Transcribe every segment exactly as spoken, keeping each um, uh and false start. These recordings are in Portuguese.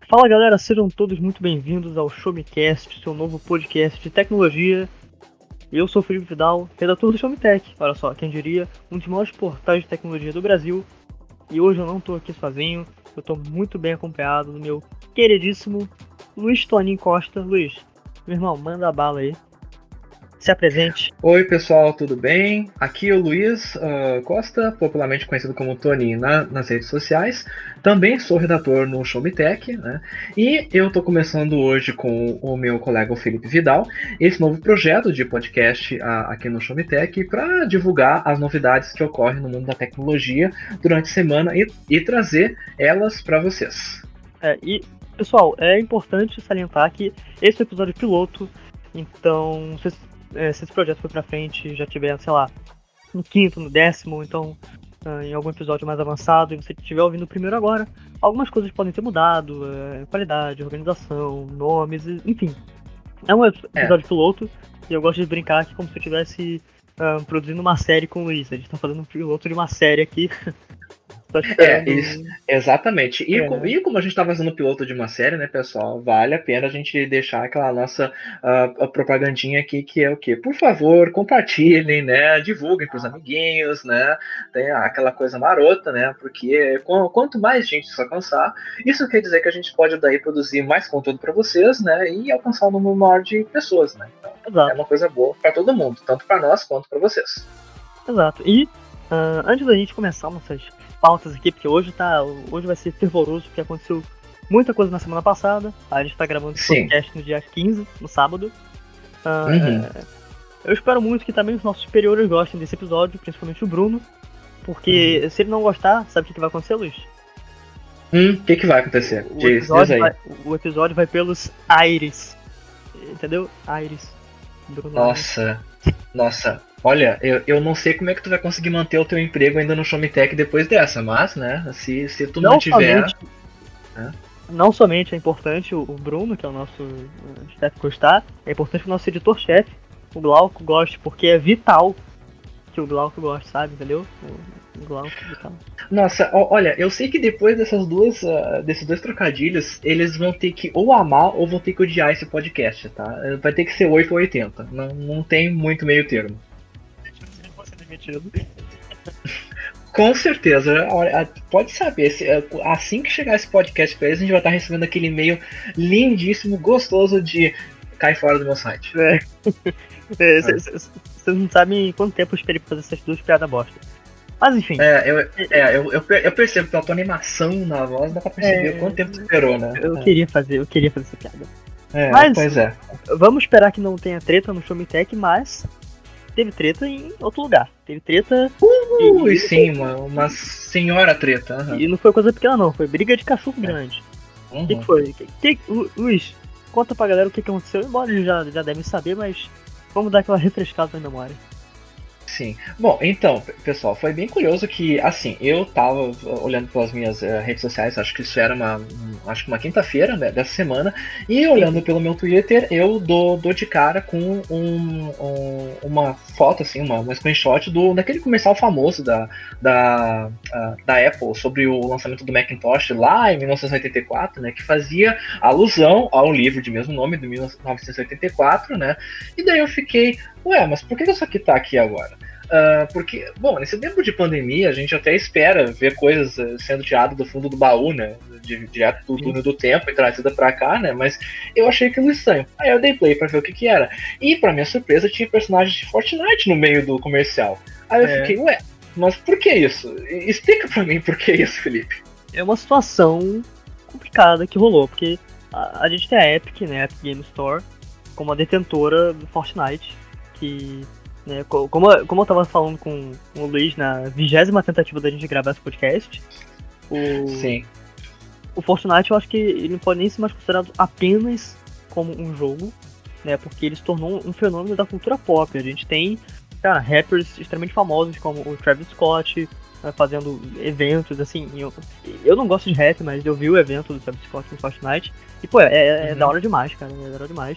Fala galera, sejam todos muito bem-vindos ao ShowMeCast, seu novo podcast de tecnologia. Eu sou o Felipe Vidal, redator do ShowMeTech, olha só, quem diria, um dos maiores portais de tecnologia do Brasil. E hoje eu não tô aqui sozinho, eu tô muito bem acompanhado do meu queridíssimo Luiz Toninho Costa. Luiz, meu irmão, manda a bala aí. Se apresente. Oi pessoal, tudo bem? Aqui é o Luiz uh, Costa, popularmente conhecido como Toninho na, nas redes sociais. Também sou redator no ShowMeTech, né? E eu estou começando hoje com o meu colega Felipe Vidal esse novo projeto de podcast uh, aqui no ShowMeTech para divulgar as novidades que ocorrem no mundo da tecnologia durante a semana e, e trazer elas para vocês. É, e pessoal, é importante salientar que esse é o episódio piloto, então vocês É, se esse projeto for pra frente, já tiver, sei lá, no quinto, no décimo, então uh, em algum episódio mais avançado, e você estiver ouvindo o primeiro agora, algumas coisas podem ter mudado, uh, qualidade, organização, nomes, enfim. É um episódio é. piloto, e eu gosto de brincar que como se eu estivesse uh, produzindo uma série com o Luiz. A gente tá fazendo um piloto de uma série aqui. É, isso, exatamente. E, é. com, e como a gente está fazendo o piloto de uma série, né, pessoal, vale a pena a gente deixar aquela nossa uh, propagandinha aqui, que é o quê? Por favor, compartilhem, né, divulguem para os amiguinhos, né, tem aquela coisa marota, né, porque com, quanto mais gente isso alcançar, isso quer dizer que a gente pode daí produzir mais conteúdo para vocês, né, e alcançar um número maior de pessoas, né. Então, Exato. É uma coisa boa para todo mundo, tanto para nós quanto para vocês. Exato. E uh, antes da gente começar nossas pautas aqui, porque hoje tá. Hoje vai ser fervoroso, porque aconteceu muita coisa na semana passada. A gente tá gravando esse podcast no dia quinze, no sábado. Uh, uhum. é, eu espero muito que também os nossos superiores gostem desse episódio, principalmente o Bruno. Porque uhum. se ele não gostar, sabe o que, que vai acontecer, Luiz? Hum, o que, que vai acontecer? O, diz, episódio diz aí. Vai, o episódio vai pelos aires. Entendeu? Aires. Bruno Nossa, Aires. Nossa. Olha, eu, eu não sei como é que tu vai conseguir manter o teu emprego ainda no ShowMeTech depois dessa, mas, né, se, se tu não mantiver... Somente, né? Não somente é importante o, o Bruno, que é o nosso uh, chefe, gostar, é importante que o nosso editor-chefe, o Glauco, goste, porque é vital que o Glauco goste, sabe, entendeu? O, o Glauco é vital. Nossa, ó, olha, eu sei que depois dessas duas, uh, desses dois trocadilhos, eles vão ter que ou amar ou vão ter que odiar esse podcast, tá? Vai ter que ser oito ou oitenta, não, não tem muito meio termo. Com certeza, pode saber, assim que chegar esse podcast pra eles, a gente vai estar recebendo aquele e-mail lindíssimo, gostoso de cai fora do meu site. Vocês é. é, não sabem quanto tempo eu esperei pra fazer essas duas piadas bosta. Mas enfim. É, eu, é, eu, eu, eu percebo que pela tua animação na voz dá pra perceber é, quanto tempo tu esperou, né? Eu é. queria fazer, eu queria fazer essa piada. É, mas, pois é. Vamos esperar que não tenha treta no ShowMeTech, mas teve treta em outro lugar. Teve treta... Uh, e, e sim, uma, uma senhora treta. Uhum. E não foi coisa pequena não, foi briga de cachorro é. grande. O uhum. que, que foi? Que, que, Luiz, conta pra galera o que, que aconteceu. Embora eles já, já devem saber, mas vamos dar aquela refrescada na memória. Sim. Bom, então, pessoal, foi bem curioso que, assim, eu tava olhando pelas minhas uh, redes sociais, acho que isso era uma, um, acho que uma quinta-feira, né, dessa semana, e olhando pelo meu Twitter, eu dou, dou de cara com um, um, uma foto, assim, uma, uma screenshot do, daquele comercial famoso da, da, uh, da Apple sobre o lançamento do Macintosh lá em mil novecentos e oitenta e quatro, né, que fazia alusão ao livro de mesmo nome, de mil novecentos e oitenta e quatro, né, e daí eu fiquei, ué, mas por que isso aqui tá aqui agora? Uh, porque, bom, nesse tempo de pandemia a gente até espera ver coisas uh, sendo tiradas do fundo do baú, né, de, direto do túnel do tempo e trazida pra cá, né, mas eu achei aquilo estranho. Aí eu dei play pra ver o que que era. E pra minha surpresa tinha personagens de Fortnite no meio do comercial. Aí eu é. fiquei, ué, mas por que isso? Explica pra mim por que isso, Felipe. É uma situação complicada que rolou, porque a, a gente tem a Epic, né, a Epic Game Store, como a detentora do Fortnite, que... Né, como, como eu tava falando com o Luiz na vigésima tentativa da gente gravar esse podcast, o, Sim. o Fortnite eu acho que ele não pode nem ser mais considerado apenas como um jogo, né, porque ele se tornou um fenômeno da cultura pop. A gente tem, cara, rappers extremamente famosos como o Travis Scott, né, fazendo eventos, assim, eu, eu não gosto de rap, mas eu vi o evento do Travis Scott no Fortnite, e pô, é, é, é da hora demais, cara, é da hora demais.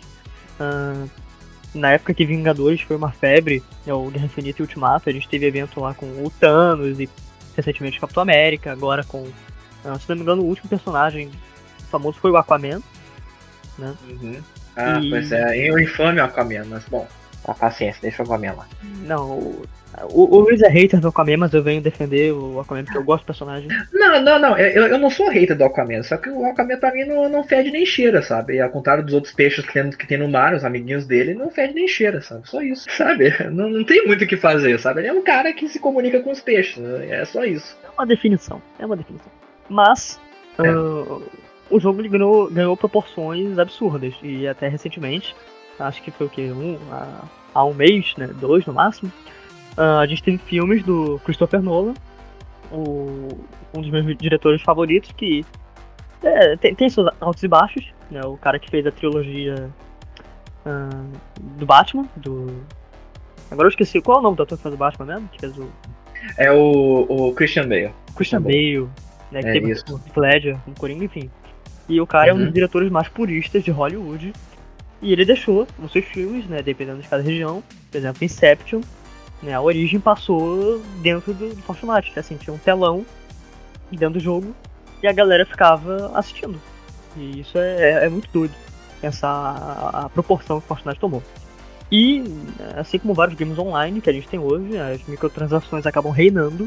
Uh, Na época que Vingadores foi uma febre, né, o Guerra Infinita e Ultimato, a gente teve evento lá com o Thanos e recentemente Capitão América, agora com, uh, se não me engano, o último personagem famoso foi o Aquaman, né? Uhum. Ah, e... pois é, eu infame o Aquaman, mas bom, a paciência, deixa o Aquaman lá. Não, o, o, o Luiz é hater do Aquaman, mas eu venho defender o Aquaman porque eu gosto do personagem. Não, não, não, eu, eu não sou hater do Aquaman, só que o Aquaman pra mim não, não fede nem cheira, sabe? E ao contrário dos outros peixes que tem, que tem no mar, os amiguinhos dele, não fede nem cheira, sabe? Só isso, sabe? Não, não tem muito o que fazer, sabe? Ele é um cara que se comunica com os peixes, né? É só isso. É uma definição, é uma definição. Mas é. uh, o jogo ganhou, ganhou proporções absurdas, e até recentemente, acho que foi o que? Um, há, há um mês, né? Dois no máximo. Uh, a gente tem filmes do Christopher Nolan, o, um dos meus diretores favoritos, que é, tem, tem seus altos e baixos, né? O cara que fez a trilogia uh, do Batman, do... Agora eu esqueci, qual é o nome do ator que fez o Batman mesmo? Que fez o... É o, o Christian Bale. Christian Bale, né? Que é teve isso. o Ledger, o Coringa, enfim. E o cara uhum. é um dos diretores mais puristas de Hollywood. E ele deixou os seus filmes, né? Dependendo de cada região, por exemplo, Inception, né, a origem passou dentro do, do Fortnite, assim, tinha um telão dentro do jogo e a galera ficava assistindo. E isso é, é, é muito doido, pensar a, a proporção que o Fortnite tomou. E, assim como vários games online que a gente tem hoje, as microtransações acabam reinando.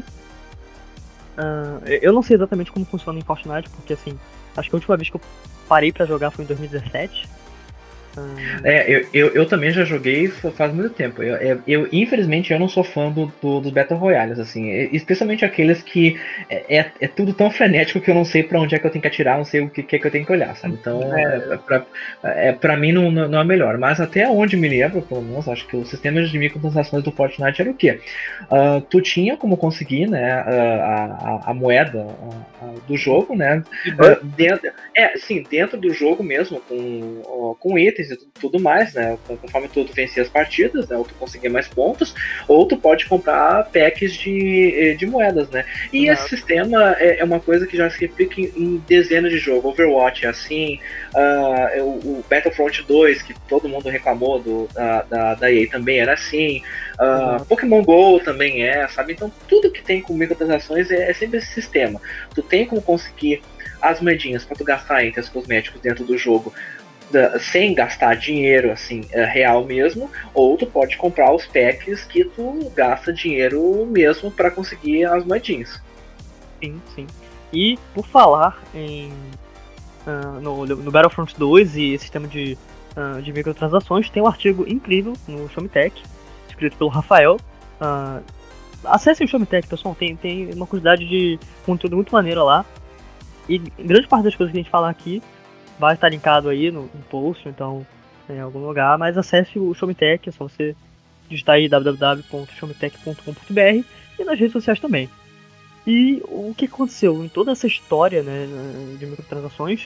Uh, eu não sei exatamente como funciona em Fortnite, porque assim, acho que a última vez que eu parei pra jogar foi em dois mil e dezessete. É, eu, eu, eu também já joguei faz muito tempo. Eu, eu, eu infelizmente, eu não sou fã do, do, dos Battle Royales, assim, especialmente aqueles que é, é, é tudo tão frenético que eu não sei pra onde é que eu tenho que atirar, não sei o que, que é que eu tenho que olhar, sabe? Então, é, é, pra, é, pra mim não, não é melhor. Mas até onde me lembro, pelo menos, acho que o sistema de microtransações do Fortnite era o quê? Uh, tu tinha como conseguir, né, a, a, a moeda a, a, do jogo, né? Uh, dentro, é, sim, dentro do jogo mesmo, com, com itens e tudo mais, né? Conforme tu, tu vencia as partidas, né? Ou tu conseguia mais pontos, ou tu pode comprar packs de, de moedas, né? E uhum. esse sistema é, é uma coisa que já se replica em, em dezenas de jogos. Overwatch é assim, uh, o, o Battlefront dois, que todo mundo reclamou do, da, da, da E A também era assim, uh, uhum. Pokémon GO também é, sabe? Então tudo que tem com microtransações é, é sempre esse sistema. Tu tem como conseguir as moedinhas para tu gastar entre os cosméticos dentro do jogo da, sem gastar dinheiro assim é, real mesmo, ou tu pode comprar os packs que tu gasta dinheiro mesmo para conseguir as moedinhas. Sim, sim. E por falar em uh, no, no Battlefront dois e sistema de, uh, de microtransações, tem um artigo incrível no Show Me Tech, escrito pelo Rafael. Uh, acessem o Show Me Tech, pessoal, tem, tem uma quantidade de conteúdo muito maneiro lá. E grande parte das coisas que a gente fala aqui vai estar linkado aí no, no post, então em algum lugar, mas acesse o Show Me Tech, é só você digitar aí w w w ponto show me tech ponto com ponto b r e nas redes sociais também. E o que aconteceu em toda essa história, né, de microtransações,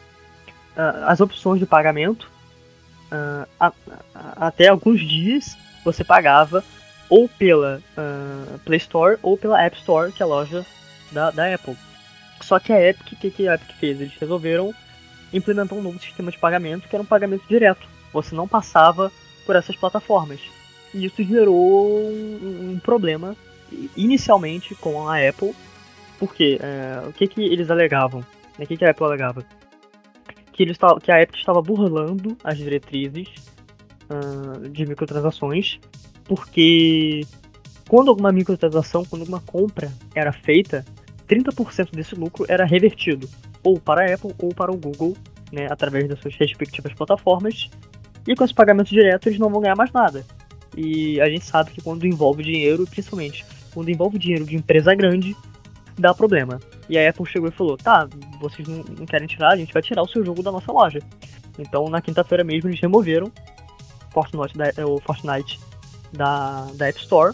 uh, as opções de pagamento, uh, a, a, até alguns dias você pagava ou pela uh, Play Store ou pela App Store, que é a loja da, da Apple. Só que a Epic, o que, que a Epic fez? Eles resolveram implementar um novo sistema de pagamento, que era um pagamento direto. Você não passava por essas plataformas. E isso gerou um, um problema, inicialmente, com a Apple. Porque é, o que, que eles alegavam? O que, que a Apple alegava? Que, eles, que a Epic estava burlando as diretrizes uh, de microtransações, porque quando alguma microtransação, quando alguma compra era feita, trinta por cento desse lucro era revertido ou para a Apple ou para o Google, né, através das suas respectivas plataformas, e com esse pagamento direto eles não vão ganhar mais nada. E a gente sabe que quando envolve dinheiro, principalmente quando envolve dinheiro de empresa grande, dá problema. E a Apple chegou e falou, tá, vocês não, não querem tirar, a gente vai tirar o seu jogo da nossa loja. Então na quinta-feira mesmo eles removeram Fortnite da, o Fortnite da, da App Store,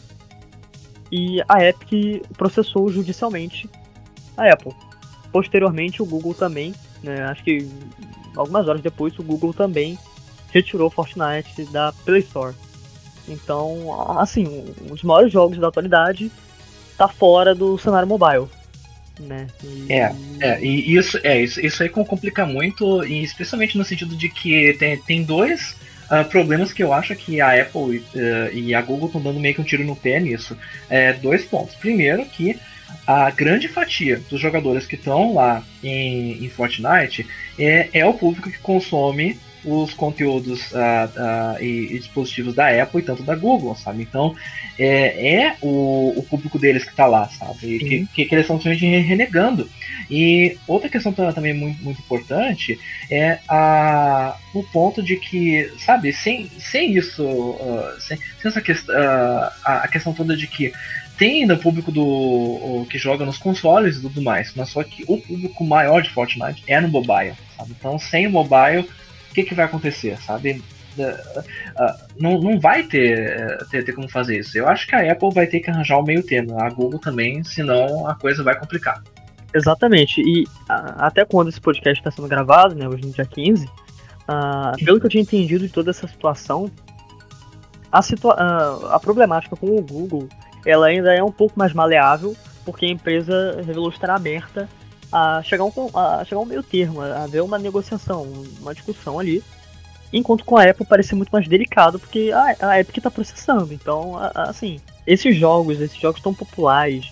e a Epic processou judicialmente a Apple. Posteriormente o Google também, né, acho que algumas horas depois o Google também retirou Fortnite da Play Store. Então, assim, um dos maiores jogos da atualidade tá fora do cenário mobile, né? E... É, é, e isso, é, isso, isso aí complica muito, e especialmente no sentido de que tem, tem dois uh, problemas que eu acho que a Apple uh, e a Google estão dando meio que um tiro no pé nisso. É, dois pontos. Primeiro que a grande fatia dos jogadores que estão lá em, em Fortnite é, é o público que consome os conteúdos uh, uh, e, e dispositivos da Apple e tanto da Google, sabe? Então, é, é o, o público deles que está lá, sabe? Que, que, que eles estão simplesmente renegando. E outra questão também muito, muito importante é a, o ponto de que, sabe, sem, sem isso, uh, sem, sem essa questão, uh, a, a questão toda de que tem ainda o público do o, que joga nos consoles e tudo mais, mas só que o público maior de Fortnite é no mobile, sabe? Então, sem o mobile, o que, que vai acontecer, sabe? Uh, uh, não, não vai ter, uh, ter, ter como fazer isso. Eu acho que a Apple vai ter que arranjar o meio termo, a Google também, senão a coisa vai complicar. Exatamente, e uh, até quando esse podcast está sendo gravado, né, hoje no dia quinze, uh, pelo que eu tinha entendido de toda essa situação, a, situa uh, a problemática com o Google, ela ainda é um pouco mais maleável, porque a empresa revelou estar aberta a chegar a um, a chegar a um meio termo, a haver uma negociação, uma discussão ali, enquanto com a Apple parece muito mais delicado, porque a, a Epic está processando. Então, a, a, assim, esses jogos, esses jogos tão populares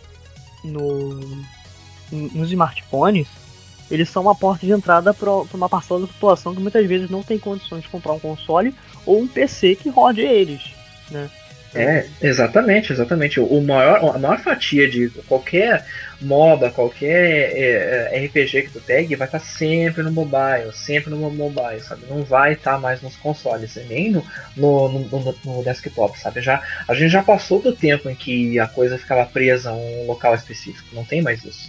no, nos smartphones, eles são uma porta de entrada para uma parcela da população que muitas vezes não tem condições de comprar um console ou um P C que rode eles, né? É, exatamente, exatamente. O maior, a maior fatia de qualquer MOBA, qualquer é, R P G que tu pegue vai estar sempre no mobile, sempre no mobile, sabe? Não vai estar mais nos consoles, nem no, no, no, no desktop, sabe? Já, a gente já passou do tempo em que a coisa ficava presa a um local específico, não tem mais isso.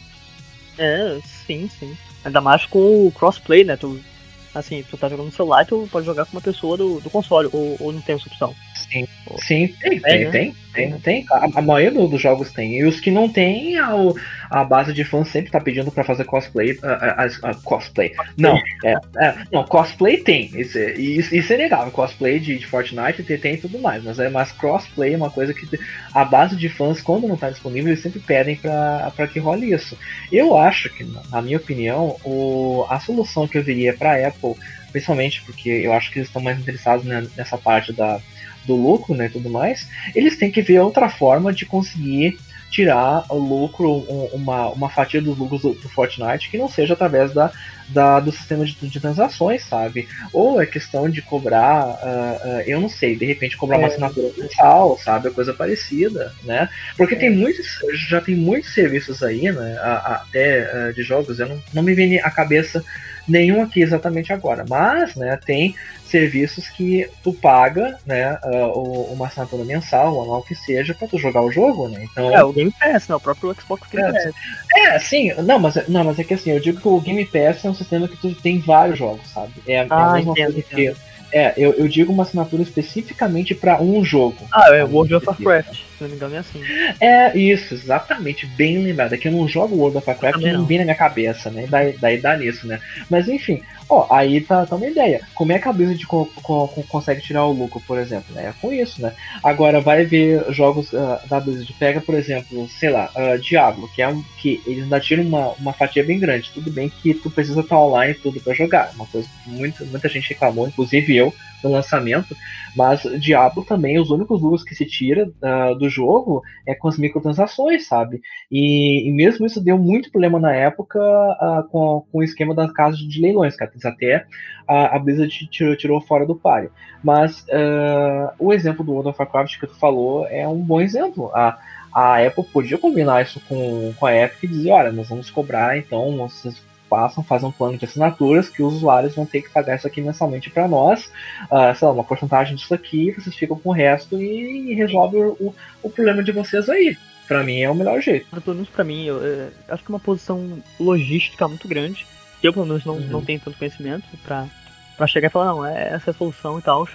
É, sim, sim. Ainda mais com o crossplay, né? Tu, assim, tu tá jogando no celular e tu pode jogar com uma pessoa do, do console, ou, ou não tem essa opção. Sim, sim, tem, é, tem, né? tem, tem, tem. A, a maioria dos jogos tem. E os que não tem, a, a base de fãs sempre tá pedindo pra fazer cosplay. A, a, a cosplay. Não, é, é, não, cosplay tem. Isso, é, isso, isso é legal. Cosplay de, de Fortnite tem, tem e tudo mais. Mas, é, mas crossplay é uma coisa que a base de fãs, quando não tá disponível, eles sempre pedem pra, pra que role isso. Eu acho que, na minha opinião, o, a solução que eu viria pra Apple, principalmente porque eu acho que eles estão mais interessados nessa parte da do lucro, né, e tudo mais, eles têm que ver outra forma de conseguir tirar o lucro, uma, uma fatia dos lucros do, do Fortnite que não seja através da, da, do sistema de, de transações, sabe? Ou é questão de cobrar, uh, uh, eu não sei, de repente cobrar é. uma assinatura mensal, sabe? Coisa parecida, né? Porque é. tem muitos, já tem muitos serviços aí, né, a, a, até uh, de jogos, eu não, não me vem à cabeça nenhum aqui exatamente agora, mas, né, tem serviços que tu paga, né, uh, uma assinatura mensal, ou anual que seja, pra tu jogar o jogo, né, então... É, o Game Pass, né, o próprio Xbox Game é, Pass. É, sim, não mas, não, mas é que assim, eu digo que o Game Pass é um sistema que tu tem vários jogos, sabe, é, ah, é a mesma entendo, coisa entendo. que... É, eu, eu digo uma assinatura especificamente para um jogo. Ah, é World of Warcraft, se não me engano é assim. É, isso, exatamente, bem lembrado. É que eu não jogo World of Warcraft, não, não vem na minha cabeça, né? Daí, daí dá nisso, né? Mas enfim, ó, aí tá, tá uma ideia. Como é que a Blizzard co co consegue tirar o lucro, por exemplo? Né? É com isso, né? Agora vai ver jogos uh, da Blizzard. Pega, por exemplo, sei lá, uh, Diablo, que é um que eles ainda tiram uma, uma fatia bem grande. Tudo bem que tu precisa estar online e tudo pra jogar. Uma coisa que muita, muita gente reclamou, inclusive eu, no lançamento, mas Diablo também, os únicos lucros que se tira uh, do jogo é com as microtransações, sabe? E, e mesmo isso deu muito problema na época uh, com, com o esquema das casas de leilões, cara. Até a, a Blizzard tirou, tirou fora do páreo. Mas uh, o exemplo do World of Warcraft que tu falou é um bom exemplo. A, a Apple podia combinar isso com, com a Epic e dizer, olha, nós vamos cobrar, então, vocês passam, fazem um plano de assinaturas que os usuários vão ter que pagar isso aqui mensalmente para nós, uh, sei lá, uma porcentagem disso aqui, vocês ficam com o resto e, e resolve o, o problema de vocês aí. Pra mim é o melhor jeito. Pelo menos pra mim, eu, eu acho que é uma posição logística muito grande, que eu pelo menos não, uhum. não tenho tanto conhecimento pra, pra chegar e falar, não, é essa é a solução e tal.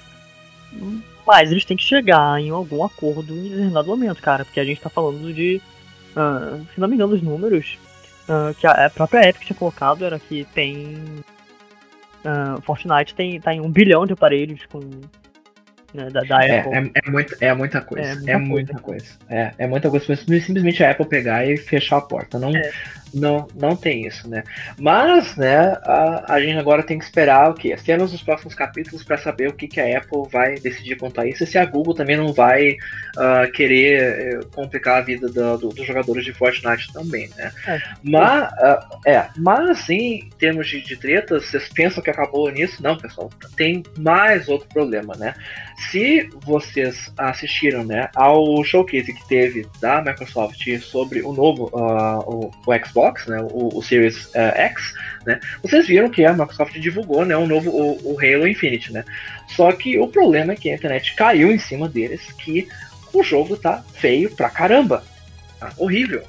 Mas eles têm que chegar em algum acordo em determinado momento, cara, porque a gente tá falando de, uh, se não me engano, os números Uh, que a própria Epic tinha colocado era que tem uh, Fortnite tem, tá em um bilhão de aparelhos com, né, da, da É, Apple. é, é, muito, é muita coisa. É É muita coisa. muita coisa. É, é muita coisa. Simplesmente a Apple pegar e fechar a porta. Não, É. não, não tem isso, né? Mas, né, a, a gente agora tem que esperar o quê? As cenas dos próximos capítulos para saber o que, que a Apple vai decidir quanto a isso e se a Google também não vai uh, querer eh, complicar a vida do, do, dos jogadores de Fortnite também, né? É. Mas, uh, é, mas assim, em termos de, de tretas, vocês pensam que acabou nisso? Não, pessoal, tem mais outro problema, né? Se vocês assistiram, né, ao showcase que teve da Microsoft sobre o novo uh, o, o Xbox, né, o, o Series uh, X, né, vocês viram que a Microsoft divulgou, né, um novo o, o Halo Infinite, né? Só que o problema é que a internet caiu em cima deles, que o jogo tá feio pra caramba, tá horrível.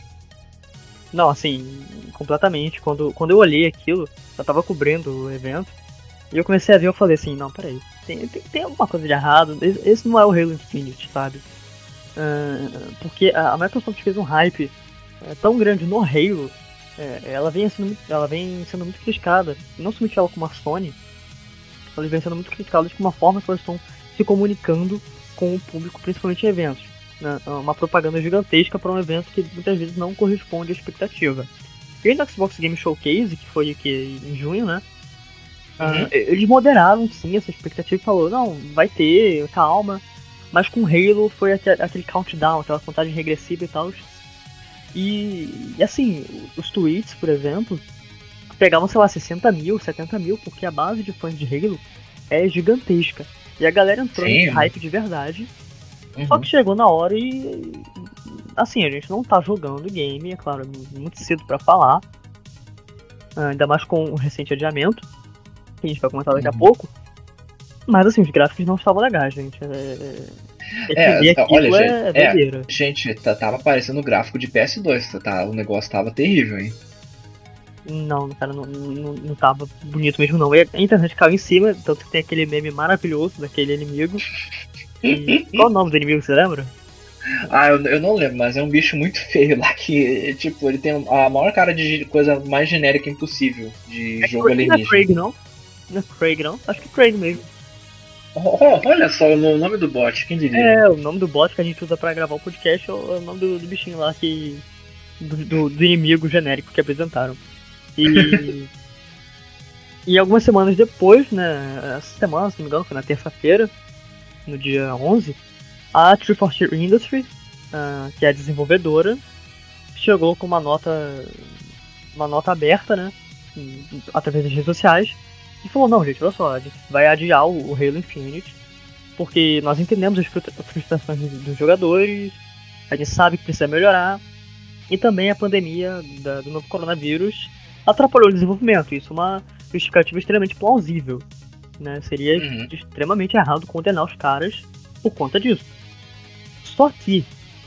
Não, assim, completamente. Quando, quando eu olhei aquilo, eu tava cobrindo o evento, e eu comecei a ver, eu falei assim, não, peraí, tem, tem, tem alguma coisa de errado, esse, esse não é o Halo Infinite, sabe? Uh, porque a, a Microsoft fez um hype é, tão grande no Halo, é, ela, vem sendo, ela vem sendo muito criticada, não somente ela como a Sony, ela vem sendo muito criticada de uma forma que elas estão se comunicando com o público, principalmente em eventos. Né? Uma propaganda gigantesca para um evento que muitas vezes não corresponde à expectativa. E no Xbox Game Showcase, que foi aqui em junho, né? Uhum. Uh, eles moderaram sim essa expectativa e falou, não, vai ter, calma. Mas com Halo foi aquele countdown, aquela contagem regressiva e tal. E, e assim, os tweets, por exemplo, pegavam, sei lá, sessenta mil, setenta mil, porque a base de fãs de Halo é gigantesca. E a galera entrou Sim. nesse hype de verdade. Uhum. Só que chegou na hora e... Assim, a gente não tá jogando o game, é claro, muito cedo pra falar. Ainda mais com o recente adiamento, que a gente vai comentar daqui uhum. a pouco. Mas assim, os gráficos não estavam legais, gente. É... É, é olha, gente, é, é, gente, tava aparecendo o gráfico de P S dois, tá? O negócio tava terrível, hein? Não, cara, não, não, não tava bonito mesmo não. E a internet caiu em cima, tanto que tem aquele meme maravilhoso daquele inimigo. E... Qual o nome do inimigo, você lembra? Ah, eu, eu não lembro, mas é um bicho muito feio lá que, tipo, ele tem a maior cara de coisa mais genérica impossível de É jogo Craig, alienígena. não é Craig, não? Não é Craig, não? Acho que é Craig mesmo. Oh, oh, olha só o nome do bot, quem diria? É, o nome do bot que a gente usa pra gravar o podcast é o nome do, do bichinho lá que... Do, do, do inimigo genérico que apresentaram. E... e algumas semanas depois, né, essa semana, se não me engano, foi na terça-feira, no dia onze, a três quatro zero Industries, uh, que é a desenvolvedora, chegou com uma nota uma nota aberta, né, através das redes sociais, e falou, não, gente, olha só, a gente vai adiar o Halo Infinite, porque nós entendemos as frustrações dos jogadores, a gente sabe que precisa melhorar, e também a pandemia da, do novo coronavírus atrapalhou o desenvolvimento. Isso é uma justificativa extremamente plausível, né? Seria uhum. extremamente errado condenar os caras por conta disso. Só que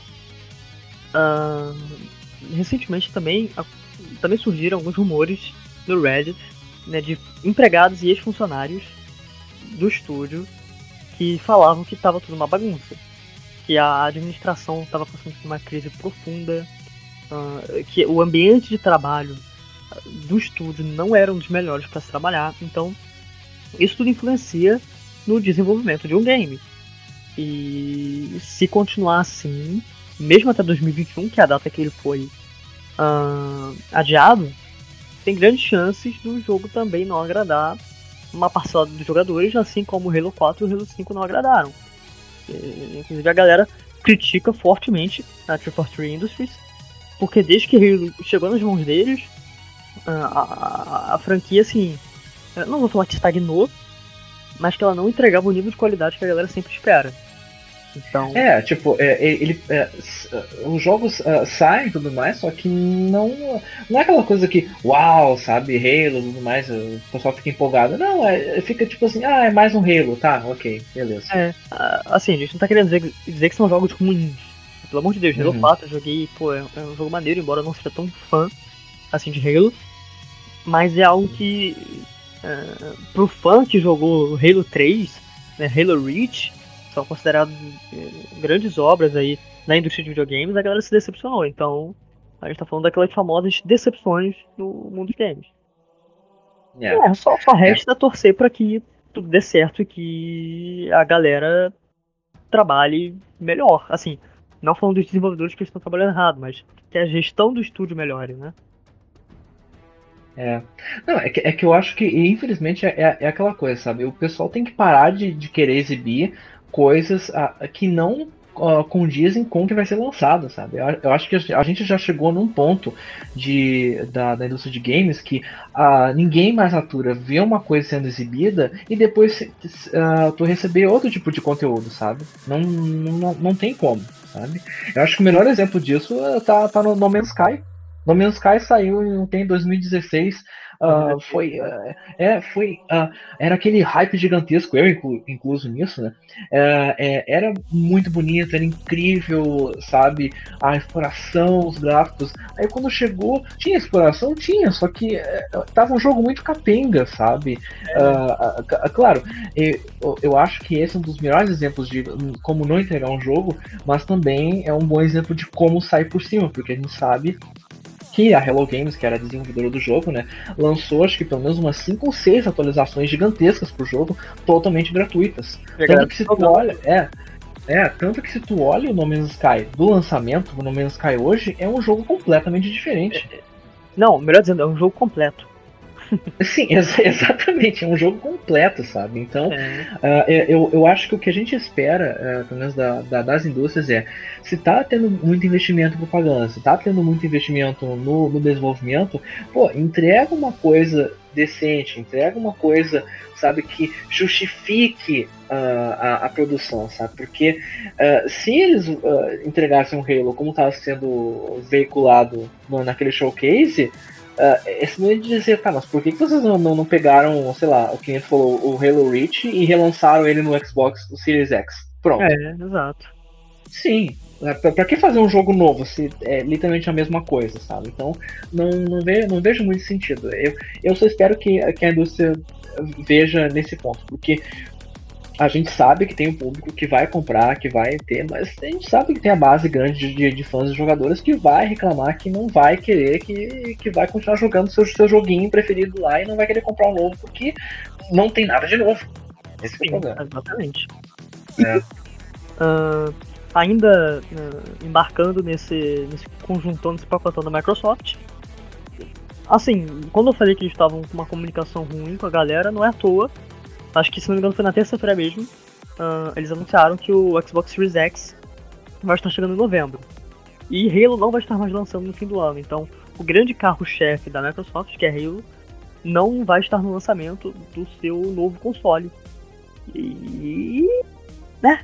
uh, recentemente também, uh, também surgiram alguns rumores no Reddit, né, de empregados e ex-funcionários do estúdio que falavam que estava tudo uma bagunça, que a administração estava passando por uma crise profunda, uh, que o ambiente de trabalho do estúdio não era um dos melhores para se trabalhar, então isso tudo influencia no desenvolvimento de um game. E se continuar assim, mesmo até dois mil e vinte e um, que é a data que ele foi uh, adiado, tem grandes chances do jogo também não agradar uma parcela dos jogadores, assim como o Halo quatro e o Halo cinco não agradaram. E, inclusive a galera critica fortemente a três quatro zero Industries, porque desde que Halo chegou nas mãos deles, a, a, a franquia, assim, eu não vou falar que estagnou, mas que ela não entregava o nível de qualidade que a galera sempre espera. Então... É, tipo, é, ele, é, os jogos uh, saem e tudo mais, só que não, não é aquela coisa que, uau, sabe, Halo e tudo mais, o pessoal fica empolgado. Não, é, fica tipo assim, ah, é mais um Halo, tá, ok, beleza. É, assim, a gente não tá querendo dizer, dizer que são jogos ruins. Pelo amor de Deus, Halo uhum. quatro eu joguei, pô, é, é um jogo maneiro, embora eu não seja tão fã, assim, de Halo. Mas é algo que, é, pro fã que jogou Halo três, né, Halo Reach, são considerados grandes obras aí na indústria de videogames, a galera se decepcionou. Então, a gente tá falando daquelas famosas decepções no mundo dos games. Yeah. É, só, só resta é. torcer pra que tudo dê certo e que a galera trabalhe melhor. Assim, não falando dos desenvolvedores que estão trabalhando errado, mas que a gestão do estúdio melhore, né? É. Não, é que, é que eu acho que, infelizmente, é, é, é aquela coisa, sabe? O pessoal tem que parar de, de querer exibir coisas ah, que não ah, condizem com o que vai ser lançado, sabe? Eu, eu acho que a gente já chegou num ponto de, da, da indústria de games que ah, ninguém mais atura ver uma coisa sendo exibida e depois ah, tu receber outro tipo de conteúdo, sabe? Não, não, não tem como, sabe? Eu acho que o melhor exemplo disso ah, tá, tá no No Man's Sky. No Man's Sky saiu em, em dois mil e dezesseis. Uh, foi, uh, é, foi, uh, era aquele hype gigantesco, eu inclu, incluso nisso, né? Uh, é, era muito bonito, era incrível, sabe? A exploração, os gráficos. Aí quando chegou, tinha exploração? Tinha, só que uh, tava um jogo muito capenga, sabe? Uh, uh, uh, claro, eu, eu acho que esse é um dos melhores exemplos de como não entregar um jogo, mas também é um bom exemplo de como sair por cima, porque a gente sabe que a Hello Games, que era a desenvolvedora do jogo, né, lançou acho que pelo menos umas cinco ou seis atualizações gigantescas pro jogo, totalmente gratuitas. Tanto que se tu olha, é, é, tanto que se tu olha o No Man's Sky do lançamento, o No Man's Sky hoje é um jogo completamente diferente. Não, melhor dizendo, é um jogo completo. Sim, ex exatamente, é um jogo completo, sabe? Então, é. uh, eu, eu acho que o que a gente espera, uh, pelo menos da, da, das indústrias, é se tá tendo muito investimento em propaganda, se tá tendo muito investimento no, no desenvolvimento, pô, entrega uma coisa decente, entrega uma coisa, sabe, que justifique uh, a, a produção, sabe? Porque uh, se eles uh, entregassem um Halo como estava sendo veiculado no, naquele showcase, Uh, esse meio de dizer, tá, mas por que, que vocês não, não, não pegaram, sei lá, o que a gente falou, o Halo Reach e relançaram ele no Xbox, no Series X? Pronto. É, exato. Sim, pra, pra que fazer um jogo novo se é literalmente a mesma coisa, sabe? Então, não, não, vejo, não vejo muito sentido. Eu, eu só espero que, que a indústria veja nesse ponto, porque a gente sabe que tem um público que vai comprar, que vai ter, mas a gente sabe que tem a base grande de, de fãs e jogadores que vai reclamar, que não vai querer, que, que vai continuar jogando seu, seu joguinho preferido lá e não vai querer comprar um novo, porque não tem nada de novo. Esse Sim, é o problema. Exatamente. É. Uh, ainda uh, embarcando nesse, nesse conjuntão, nesse pacotão da Microsoft, assim, quando eu falei que eles estavam com uma comunicação ruim com a galera, não é à toa. Acho que, se não me engano, foi na terça-feira mesmo. Uh, eles anunciaram que o Xbox Series X vai estar chegando em novembro. E Halo não vai estar mais lançando no fim do ano. Então, o grande carro-chefe da Microsoft, que é Halo, não vai estar no lançamento do seu novo console. E... né?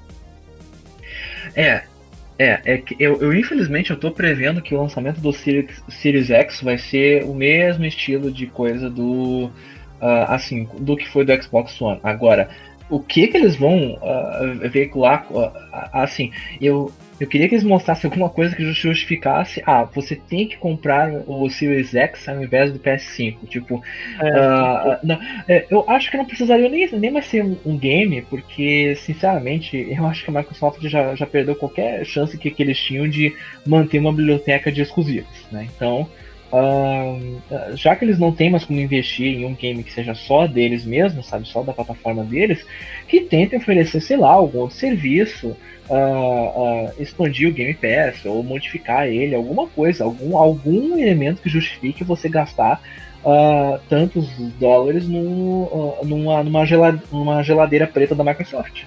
É, é, é que eu, eu infelizmente eu tô prevendo que o lançamento do Series, Series X vai ser o mesmo estilo de coisa do... Uh, assim, do que foi do Xbox One. Agora, o que que eles vão uh, veicular, uh, assim, eu, eu queria que eles mostrassem alguma coisa que justificasse, ah, você tem que comprar o Series X ao invés do P S cinco, tipo, é, uh, não, é, eu acho que não precisaria nem, nem mais ser um, um game, porque, sinceramente, eu acho que a Microsoft já, já perdeu qualquer chance que, que eles tinham de manter uma biblioteca de exclusivos, né, então... Uh, já que eles não têm mais como investir em um game que seja só deles mesmos, sabe, só da plataforma deles, que tentem oferecer, sei lá, algum outro serviço, uh, uh, expandir o Game Pass ou modificar ele, alguma coisa, algum, algum elemento que justifique você gastar uh, tantos dólares no, uh, numa, numa, gelade, numa geladeira preta da Microsoft.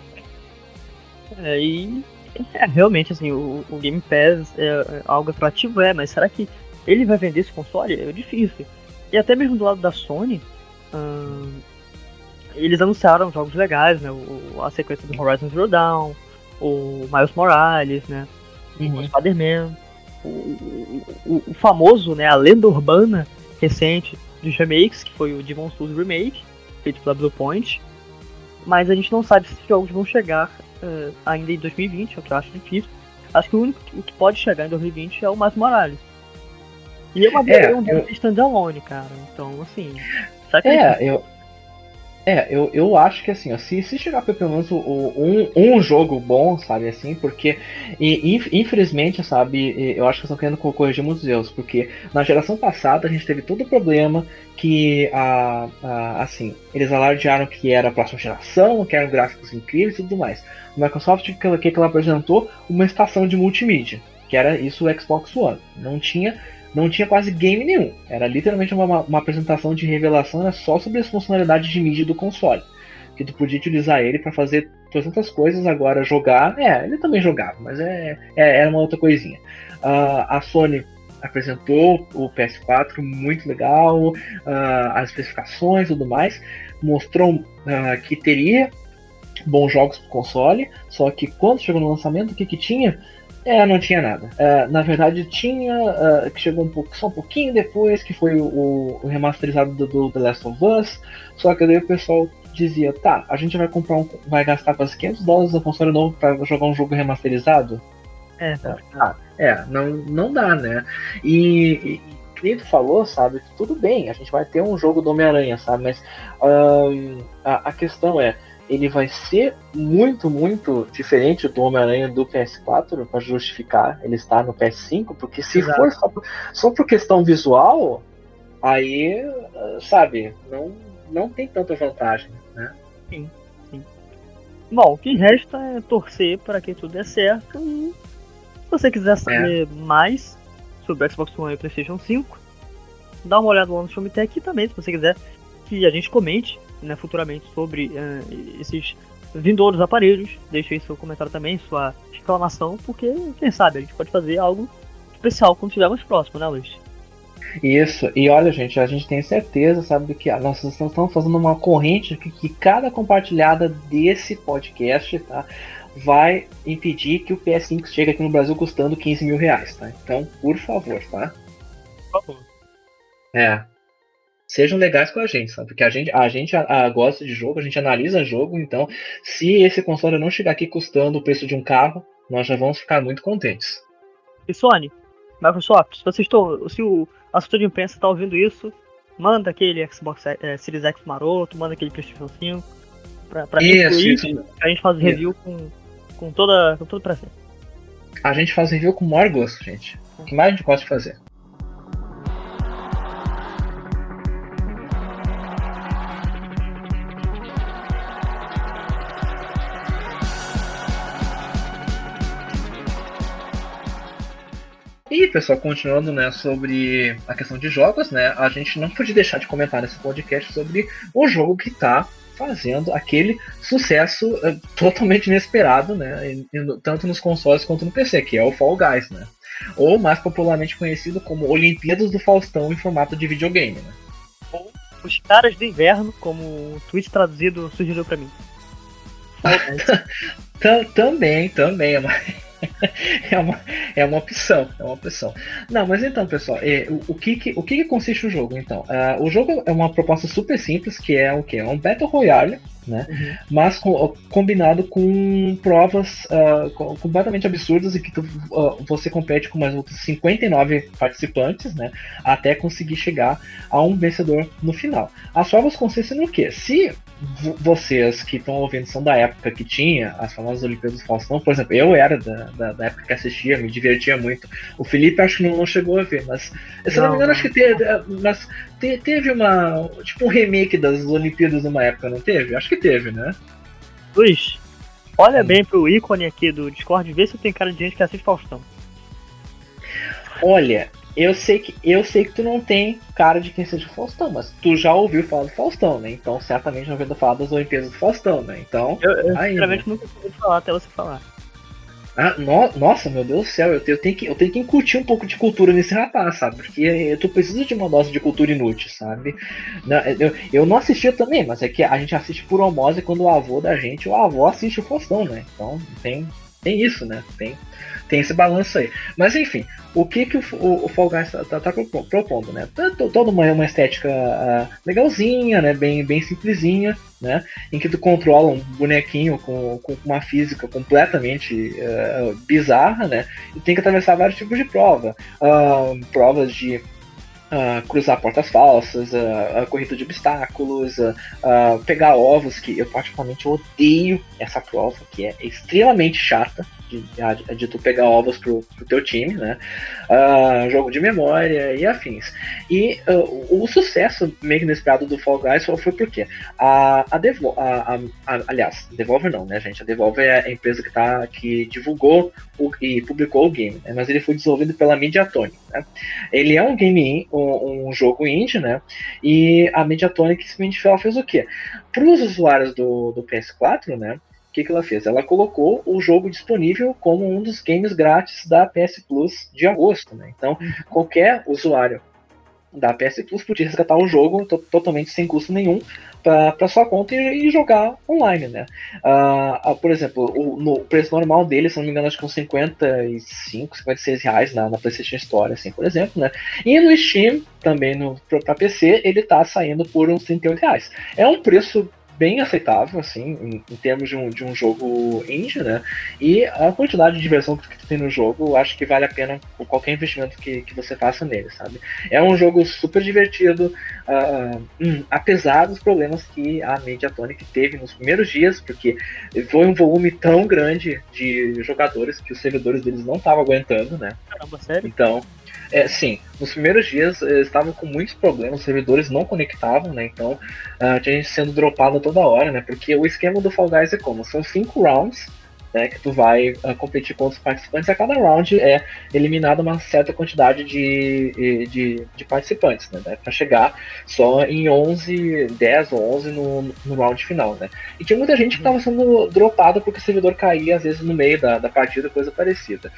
É, e é, realmente assim, o, o Game Pass é, é algo atrativo, é, mas será que ele vai vender esse console? É difícil. E até mesmo do lado da Sony, hum, eles anunciaram jogos legais, né? O, a sequência do Horizon Zero Dawn, o Miles Morales, né? Uhum. O Spider-Man, o, o, o famoso, né? A lenda urbana recente dos remakes, que foi o Demon's Souls Remake, feito pela Bluepoint. Mas a gente não sabe se esses jogos vão chegar uh, ainda em dois mil e vinte, o que eu acho difícil. Acho que o único o que pode chegar em dois mil e vinte é o Miles Morales. E eu adorei é, um eu... standalone, cara. Então, assim... É, eu... É, eu, eu acho que assim, ó, se, se chegar pra pelo menos o, o- um, um jogo bom, sabe, assim, porque e, inf- infelizmente, sabe, e eu acho que estão querendo co- corrigir muitos erros, porque na geração passada a gente teve todo o problema que a, a- assim, eles alardearam que era a próxima geração, que eram gráficos incríveis e tudo mais. A Microsoft, o que ela, que ela apresentou? Uma estação de multimídia, que era isso o Xbox One. Não tinha não tinha quase game nenhum. Era literalmente uma, uma apresentação de revelação, era só sobre as funcionalidades de mídia do console. Que tu podia utilizar ele para fazer tantas coisas, agora jogar. É, ele também jogava, mas é, é era uma outra coisinha. Uh, a Sony apresentou o P S quatro, muito legal, uh, as especificações e tudo mais. Mostrou uh, que teria bons jogos pro console, só que quando chegou no lançamento, o que que tinha? É, não tinha nada. É, na verdade, tinha, uh, que chegou um pouco, só um pouquinho depois, que foi o, o remasterizado do, do The Last of Us. Só que daí o pessoal dizia, tá, a gente vai comprar um, vai gastar quase quinhentos dólares no console novo para jogar um jogo remasterizado? É, ah, é, não, não dá, né? E, e que tu falou, sabe, tudo bem, a gente vai ter um jogo do Homem-Aranha, sabe? Mas um, a, a questão é, ele vai ser muito, muito diferente do Homem-Aranha do P S quatro para justificar ele estar no P S cinco, porque se Exato. for só por, só por questão visual, aí, sabe, não, não tem tanta vantagem, né? Sim, sim. Bom, o que resta é torcer para que tudo dê certo. E se você quiser saber é. mais sobre o Xbox One e o PlayStation cinco, dá uma olhada lá no Showmetech e também, se você quiser que a gente comente, né, futuramente sobre uh, esses vindouros aparelhos, deixe aí seu comentário também, sua exclamação, porque quem sabe a gente pode fazer algo especial quando estivermos próximo, né, Luiz? Isso, e olha, gente, a gente tem certeza, sabe, que nós estamos fazendo uma corrente que, que cada compartilhada desse podcast, tá, vai impedir que o P S cinco chegue aqui no Brasil custando quinze mil reais, tá? Então, por favor, tá? Por favor. É. Sejam legais com a gente, sabe? Porque a gente, a gente a, a gosta de jogo, a gente analisa jogo, então se esse console não chegar aqui custando o preço de um carro, nós já vamos ficar muito contentes. E Sony, Microsoft, se vocês estão, se o assessor de imprensa está ouvindo isso, manda aquele Xbox é, Series X maroto, manda aquele PlayStation cinco, pra, pra isso, gente isso. a gente faz review com, com, toda, com todo prazer. A gente faz review com o maior gosto, gente. O que mais a gente gosta de fazer. E, pessoal, continuando, né, sobre a questão de jogos, né, a gente não podia deixar de comentar nesse podcast sobre o jogo que está fazendo aquele sucesso uh, totalmente inesperado, né, em, em, tanto nos consoles quanto no P C, que é o Fall Guys, né, ou mais popularmente conhecido como Olimpíadas do Faustão em formato de videogame, né. Ou Os Caras do Inverno, como o tweet traduzido sugeriu para mim. Também, também, é uma... é, uma, é uma opção, é uma opção. Não, mas então, pessoal, é, o, o, que, que, o que, que consiste o jogo, então? Uh, o jogo é uma proposta super simples, que é o que? É um Battle Royale, né? Uhum. Mas com, combinado com provas uh, completamente absurdas e que tu, uh, você compete com mais outros cinquenta e nove participantes, né? Até conseguir chegar a um vencedor no final. As provas consistem no quê? Se vocês que estão ouvindo são da época que tinha as famosas Olimpíadas do Faustão, por exemplo, eu era da, da, da época que assistia, me divertia muito. O Felipe acho que não, não chegou a ver, mas se não, não me engano, não. acho que teve, mas te, teve uma, tipo um remake das Olimpíadas numa época, não teve? Acho que teve, né? Luiz, olha hum. bem pro ícone aqui do Discord e vê se tem cara de gente que assiste Faustão. Olha, eu sei que eu sei que tu não tem cara de quem seja o Faustão, mas tu já ouviu falar do Faustão, né? Então certamente já ouviu falar das Olimpíadas do Faustão, né? Então, eu, eu sinceramente nunca ouvi falar até você falar. Ah, no, nossa, meu Deus do céu, eu tenho, eu, tenho que, eu tenho que incutir um pouco de cultura nesse rapaz, sabe? Porque tu precisa de uma dose de cultura inútil, sabe? Não, eu, eu não assistia também, mas é que a gente assiste por osmose quando o avô da gente, o avô assiste o Faustão, né? Então tem, tem isso, né? Tem, tem esse balanço aí. Mas enfim, o que, que o, o, o Fall Guys tá, tá, tá propondo, né? Toda uma, uma estética uh, legalzinha, né? Bem, bem simplesinha, né? Em que tu controla um bonequinho com, com uma física completamente uh, bizarra, né? E tem que atravessar vários tipos de prova. Uh, provas de Uh, cruzar portas falsas, uh, uh, corrida de obstáculos, uh, uh, pegar ovos, que eu particularmente odeio essa prova, que é extremamente chata, de, de, de tu pegar ovos pro, pro teu time, né? Uh, jogo de memória e afins. E uh, o sucesso meio inesperado do Fall Guys foi, foi porque a, a, Devo, a, a, a aliás, Devolver não, né, gente? A Devolver é a empresa que, tá, que divulgou o, e publicou o game, né? Mas ele foi desenvolvido pela Mediatonic, né? Ele é um game, um, um jogo indie, né? E a Mediatonic simplesmente ela fez o quê? Para os usuários do, do P S quatro, né? O que, que ela fez? Ela colocou o jogo disponível como um dos games grátis da P S Plus de agosto, né? Então, qualquer usuário da P S Plus podia resgatar o jogo to totalmente sem custo nenhum para sua conta e, e jogar online, né? Uh, uh, por exemplo, o, no, o preço normal dele, se não me engano, acho que uns cinquenta e cinco, cinquenta e seis reais na, na PlayStation Store, assim, por exemplo, né? E no Steam, também para P C, ele tá saindo por uns trinta e oito reais. É um preço bem aceitável, assim, em, em termos de um, de um jogo indie, né? E a quantidade de diversão que tu tem no jogo, acho que vale a pena por qualquer investimento que, que você faça nele, sabe? É um jogo super divertido, uh, hum, apesar dos problemas que a Mediatonic teve nos primeiros dias, porque foi um volume tão grande de jogadores que os servidores deles não estavam aguentando, né? Caramba, sério? Então, é, sim, nos primeiros dias eles estavam com muitos problemas, os servidores não conectavam, né? Então uh, tinha gente sendo dropada toda hora, né? Porque o esquema do Fall Guys é como? São cinco rounds, né, que tu vai uh, competir com outros participantes. A cada round é eliminada uma certa quantidade de, de, de participantes, né, para chegar só em onze, dez ou onze no, no round final, né. E tinha muita gente que estava sendo dropada porque o servidor caía às vezes no meio da, da partida, coisa parecida.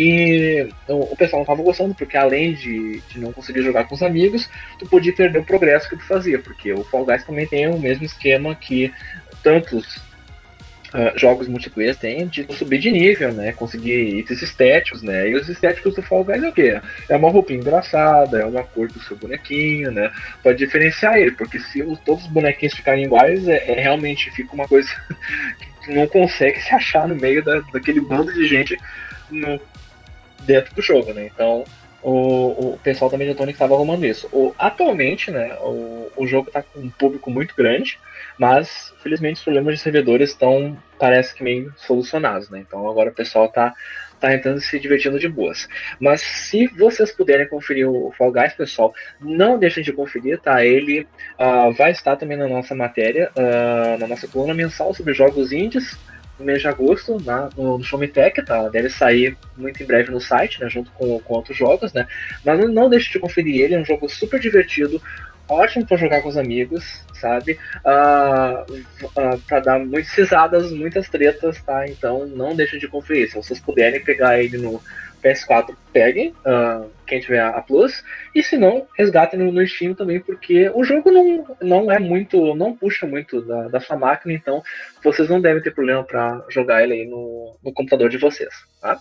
E o, o pessoal não estava gostando porque além de, de não conseguir jogar com os amigos, tu podia perder o progresso que tu fazia, porque o Fall Guys também tem o mesmo esquema que tantos Uh, jogos multiplayer tem de subir de nível, né? Conseguir itens estéticos, né? E os estéticos do Fall Guys é o quê? É uma roupinha engraçada, é uma cor do seu bonequinho, né? Pode diferenciar ele, porque se os, todos os bonequinhos ficarem iguais, é, é realmente fica uma coisa que não consegue se achar no meio da, daquele bando de gente no, dentro do jogo, né? Então o, o pessoal da Mediatonic estava arrumando isso. O, atualmente, né, o, o jogo está com um público muito grande, mas felizmente os problemas de servidores estão, parece que meio solucionados, né? Então agora o pessoal está tá entrando e se divertindo de boas. Mas se vocês puderem conferir o Fall Guys, pessoal, não deixem de conferir, tá? Ele uh, vai estar também na nossa matéria, uh, na nossa coluna mensal sobre jogos indies, no mês de agosto, na, no, no Show Me Tech, tá? Deve sair muito em breve no site, né? Junto com, com outros jogos, né? Mas não, não deixe de conferir ele, é um jogo super divertido, ótimo para jogar com os amigos, sabe? Uh, uh, para dar muitas risadas, muitas tretas, tá? Então não deixem de conferir. Se vocês puderem pegar ele no P S quatro, peguem, uh, quem tiver a Plus, e se não, resgatem no, no Steam também, porque o jogo não, não é muito, não puxa muito da, da sua máquina, então vocês não devem ter problema para jogar ele aí no, no computador de vocês, tá?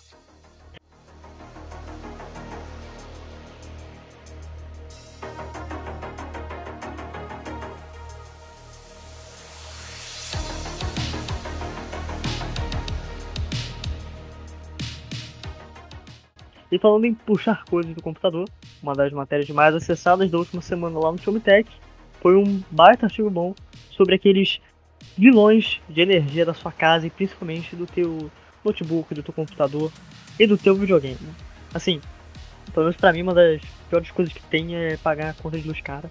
E falando em puxar coisas do computador, uma das matérias mais acessadas da última semana lá no Show Me Tech foi um baita artigo bom sobre aqueles vilões de energia da sua casa e principalmente do teu notebook, do teu computador e do teu videogame. Assim, pelo menos pra mim, uma das piores coisas que tem é pagar a conta de luz cara.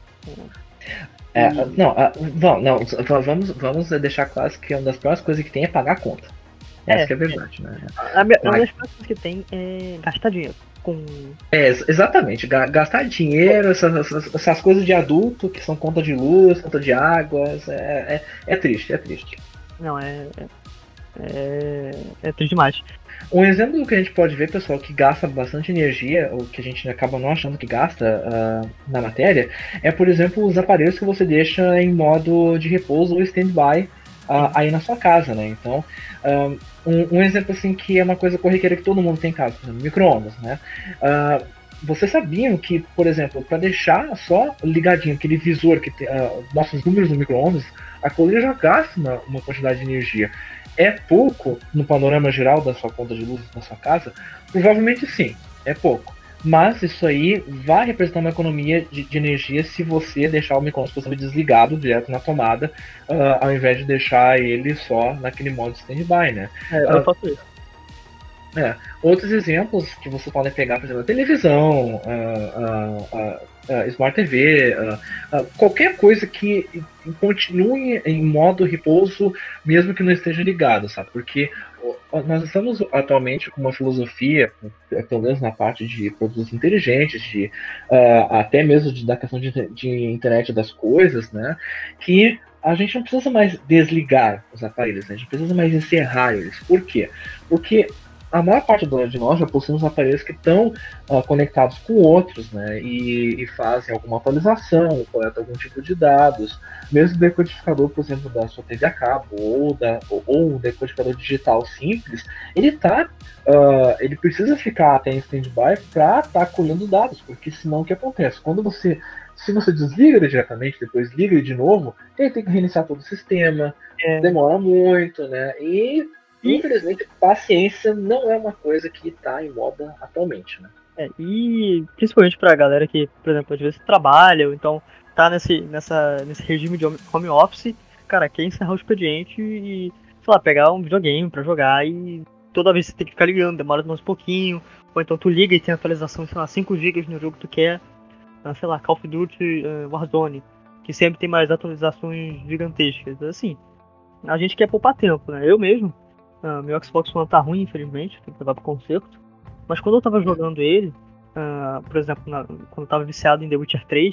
É, não, não, não, vamos, vamos deixar claro que uma das piores coisas que tem é pagar a conta. Essa é, que é a verdade, é. né? A, a, uma das piores coisas que tem é gastar dinheiro. Com... É, exatamente, gastar dinheiro, essas, essas, essas coisas de adulto que são conta de luz, conta de águas, é, é, é triste, é triste. Não, é, é, é triste demais. Um exemplo do que a gente pode ver, pessoal, que gasta bastante energia, ou que a gente acaba não achando que gasta uh, na matéria, é, por exemplo, os aparelhos que você deixa em modo de repouso ou stand-by uh, aí na sua casa, né? Então, um, um exemplo assim que é uma coisa corriqueira que todo mundo tem em casa, micro-ondas, né? Uh, vocês sabiam que, por exemplo, para deixar só ligadinho aquele visor que uh, mostra os números do micro-ondas, a colher já gasta uma, uma quantidade de energia. É pouco no panorama geral da sua conta de luz da sua casa? Provavelmente sim, é pouco. mas isso aí vai representar uma economia de, de energia se você deixar o microondas desligado direto na tomada, uh, ao invés de deixar ele só naquele modo standby, né? É, eu Uh, faço isso. É. Outros exemplos que você pode pegar, por exemplo, a televisão, a, a, a, a Smart T V, a, a qualquer coisa que continue em modo repouso, mesmo que não esteja ligado, sabe? Porque nós estamos atualmente com uma filosofia, pelo menos na parte de produtos inteligentes, de, uh, até mesmo de, da questão de, de internet das coisas, né? Que a gente não precisa mais desligar os aparelhos, né? A gente precisa mais encerrar eles. Por quê? Porque a maior parte de nós já possuímos aparelhos que estão uh, conectados com outros, né, e, e fazem alguma atualização, coletam algum tipo de dados, mesmo o decodificador, por exemplo, da sua T V a cabo, ou, da, ou, ou um decodificador digital simples, ele tá, uh, ele precisa ficar até em stand-by para estar tá colhendo dados, porque senão o que acontece? Quando você se você desliga ele diretamente, depois liga ele de novo, ele tem que reiniciar todo o sistema, é. demora muito, né, e infelizmente, paciência não é uma coisa que está em moda atualmente, né? É, e principalmente pra galera que, por exemplo, às vezes trabalha, ou então tá nesse, nessa, nesse regime de home office, cara, quer encerrar o expediente e, sei lá, pegar um videogame pra jogar e toda vez você tem que ficar ligando, demora mais um pouquinho, ou então tu liga e tem atualização, sei lá, cinco gigas no jogo que tu quer, sei lá, Call of Duty uh, Warzone, que sempre tem mais atualizações gigantescas, assim, a gente quer poupar tempo, né? Eu mesmo, Uh, meu Xbox One tá ruim, infelizmente, tem que levar pro conserto. Mas quando eu tava jogando ele, uh, por exemplo, na, quando eu tava viciado em The Witcher três,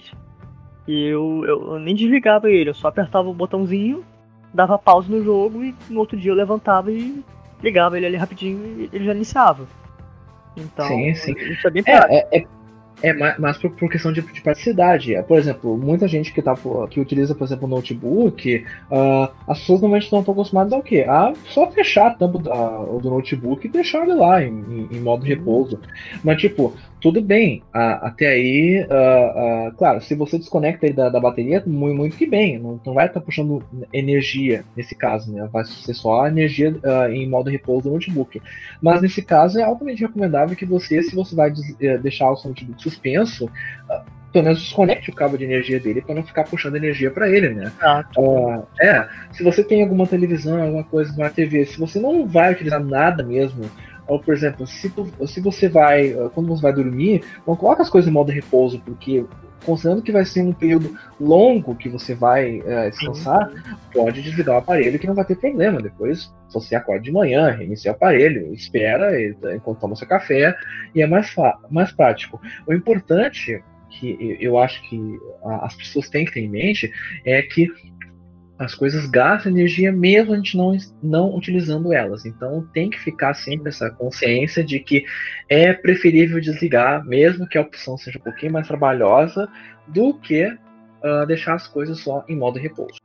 eu, eu, eu nem desligava ele, eu só apertava o botãozinho, dava pausa no jogo e no outro dia eu levantava e ligava ele ali rapidinho e ele já iniciava. Então, sim, sim. isso é bem prático. É, é, é, é mais por, por questão de, de praticidade. Por exemplo, muita gente que, tá, que utiliza, por exemplo, o notebook, uh, as pessoas normalmente não estão acostumadas ao quê? A só fechar a tampa do, do notebook e deixar ele lá em, em, em modo repouso. Mas, tipo, tudo bem, uh, até aí, uh, uh, claro, se você desconecta ele da, da bateria, muito, muito que bem, não, não vai estar tá puxando energia nesse caso, né? Vai ser só a energia uh, em modo repouso do notebook. Mas nesse caso é altamente recomendável que você, se você vai des, uh, deixar o seu notebook suspenso, uh, pelo menos desconecte o cabo de energia dele para não ficar puxando energia para ele, né? Ah, uh, é, se você tem alguma televisão, alguma coisa na T V, se você não vai utilizar nada mesmo, ou por exemplo, se, tu, se você vai, quando você vai dormir, não coloca as coisas em modo repouso, porque considerando que vai ser um período longo que você vai uh, descansar, sim, sim. pode desligar o aparelho que não vai ter problema. Depois você acorda de manhã, reinicia o aparelho, espera enquanto toma seu café e é mais, mais prático. O importante, que eu acho que as pessoas têm que ter em mente, é que as coisas gastam energia mesmo a gente não, não utilizando elas. Então tem que ficar sempre essa consciência de que é preferível desligar, mesmo que a opção seja um pouquinho mais trabalhosa, do que uh, deixar as coisas só em modo repouso.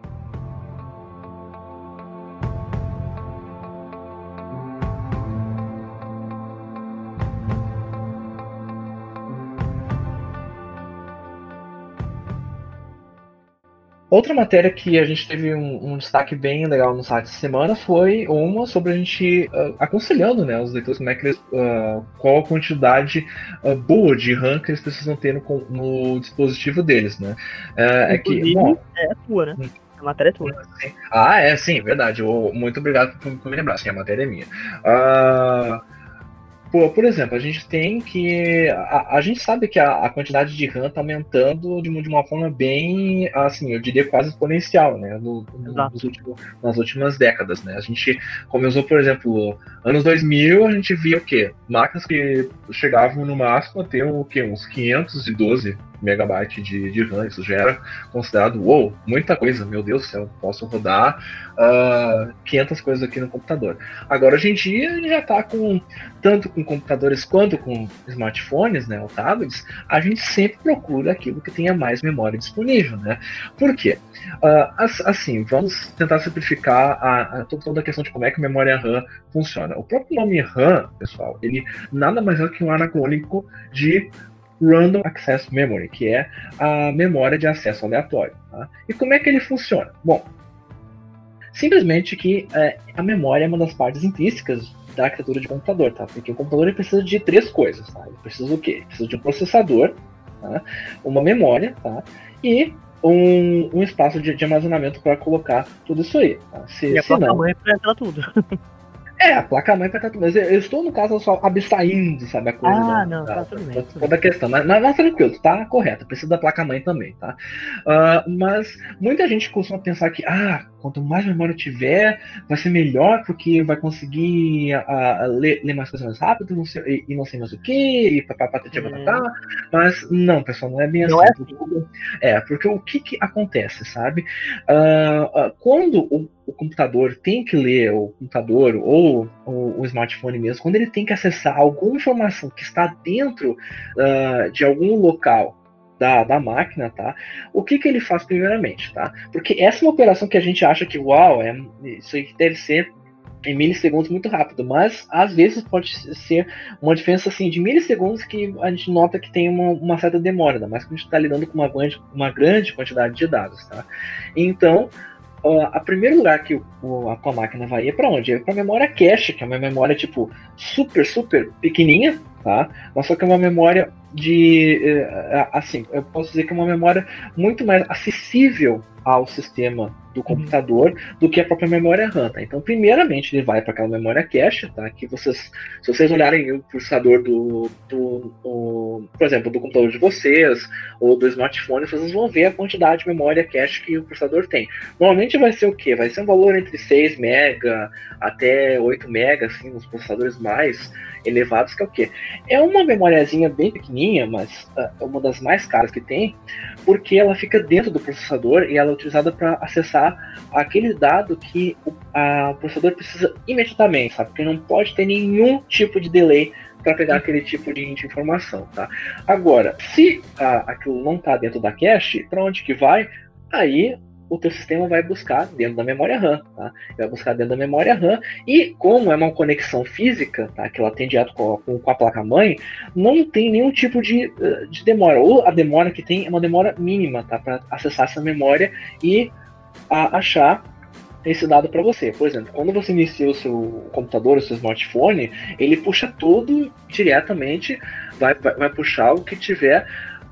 Outra matéria que a gente teve um, um destaque bem legal no site essa semana foi uma sobre a gente uh, aconselhando, né, os leitores como é que eles, uh, qual a quantidade uh, boa de RAM que eles precisam ter no, no dispositivo deles, né? Uh, é que, bom, é a tua, né? A matéria é tua. Sim. Ah, é, sim, verdade. Eu, muito obrigado por, por me lembrar, sim, a matéria é minha. Uh, Por, por exemplo, a gente tem que. A, a gente sabe que a, a quantidade de RAM está aumentando de uma, de uma forma bem, assim, eu diria quase exponencial, né? No, no, nos últimos, nas últimas décadas, né? A gente começou, por exemplo, anos dois mil, a gente via o quê? Máquinas que chegavam no máximo a ter o quê? Uns quinhentos e doze megabytes de, de RAM. Isso já era considerado, uou, muita coisa, meu Deus do céu, posso rodar uh, quinhentas coisas aqui no computador. Agora, hoje em dia, ele já está com, tanto com computadores quanto com smartphones, né, ou tablets, a gente sempre procura aquilo que tenha mais memória disponível, né? Por quê? Uh, assim, vamos tentar simplificar a, a, toda a questão de como é que a memória RAM funciona. O próprio nome RAM, pessoal, ele nada mais é que um anacrônico de Random Access Memory, que é a memória de acesso aleatório. Tá? E como é que ele funciona? Bom, simplesmente que é, a memória é uma das partes intrínsecas da arquitetura de computador, tá? Porque o computador ele precisa de três coisas, tá? Ele precisa do quê? Ele precisa de um processador, tá? Uma memória, tá? E um, um espaço de, de armazenamento para colocar tudo isso aí. Tá? Se, e a se não, placa-mãe pra entrar tudo. É, a placa-mãe vai estar tudo. Mas eu, eu estou, no caso, só abstraindo, sabe, a coisa Ah, da, não, da, tá tudo bem. da- Tudo toda a bem. questão. Mas, mas, mas tranquilo, tá correto. Precisa da placa-mãe também, tá? Ah, mas muita gente costuma pensar que, ah, quanto mais memória eu tiver, vai ser melhor, porque vai conseguir ah, ler, ler mais coisas mais rápido não sei, e, e não sei mais o que, e papapá, Hum, mas não, pessoal, não é bem não assim. é Porque, assim. é, porque o que, que acontece, sabe? Ah, ah, quando o, o computador tem que ler, o computador ou o, o smartphone mesmo, quando ele tem que acessar alguma informação que está dentro uh, de algum local da, da máquina, tá? O que, que ele faz primeiramente, tá? Porque essa é uma operação que a gente acha que, uau, é, isso aí deve ser em milissegundos muito rápido, mas às vezes pode ser uma diferença assim de milissegundos que a gente nota que tem uma, uma certa demora, ainda mais que a gente está lidando com uma grande, uma grande quantidade de dados, tá? Então, Uh, a primeiro lugar que o, a tua máquina vai é para onde? É para a memória cache, que é uma memória tipo super, super pequenininha, tá? Mas só que é uma memória de, uh, assim, eu posso dizer que é uma memória muito mais acessível ao sistema do Uhum. computador do que a própria memória RAM, tá? Então, primeiramente, ele vai para aquela memória cache, tá? Que vocês, se vocês olharem o processador do, do, do, por exemplo, do computador de vocês ou do smartphone, vocês vão ver a quantidade de memória cache que o processador tem. Normalmente vai ser o quê? Vai ser um valor entre seis mega até oito mega, assim, nos processadores mais elevados, que é o quê? É uma memóriazinha bem pequenininha, mas uh, é uma das mais caras que tem, porque ela fica dentro do processador e ela é utilizada para acessar aquele dado que o, a, o processador precisa imediatamente, sabe? Porque não pode ter nenhum tipo de delay para pegar aquele tipo de, de informação, tá? Agora, se a, aquilo não está dentro da cache, para onde que vai? Aí o teu sistema vai buscar dentro da memória RAM, tá? Vai buscar dentro da memória RAM e como é uma conexão física, tá? Que ela tem direto com, com, com a placa-mãe, não tem nenhum tipo de, de demora. Ou a demora que tem é uma demora mínima, tá? Para acessar essa memória e a achar esse dado para você. Por exemplo, quando você inicia o seu computador, o seu smartphone, ele puxa tudo diretamente, vai, vai, vai puxar o que tiver.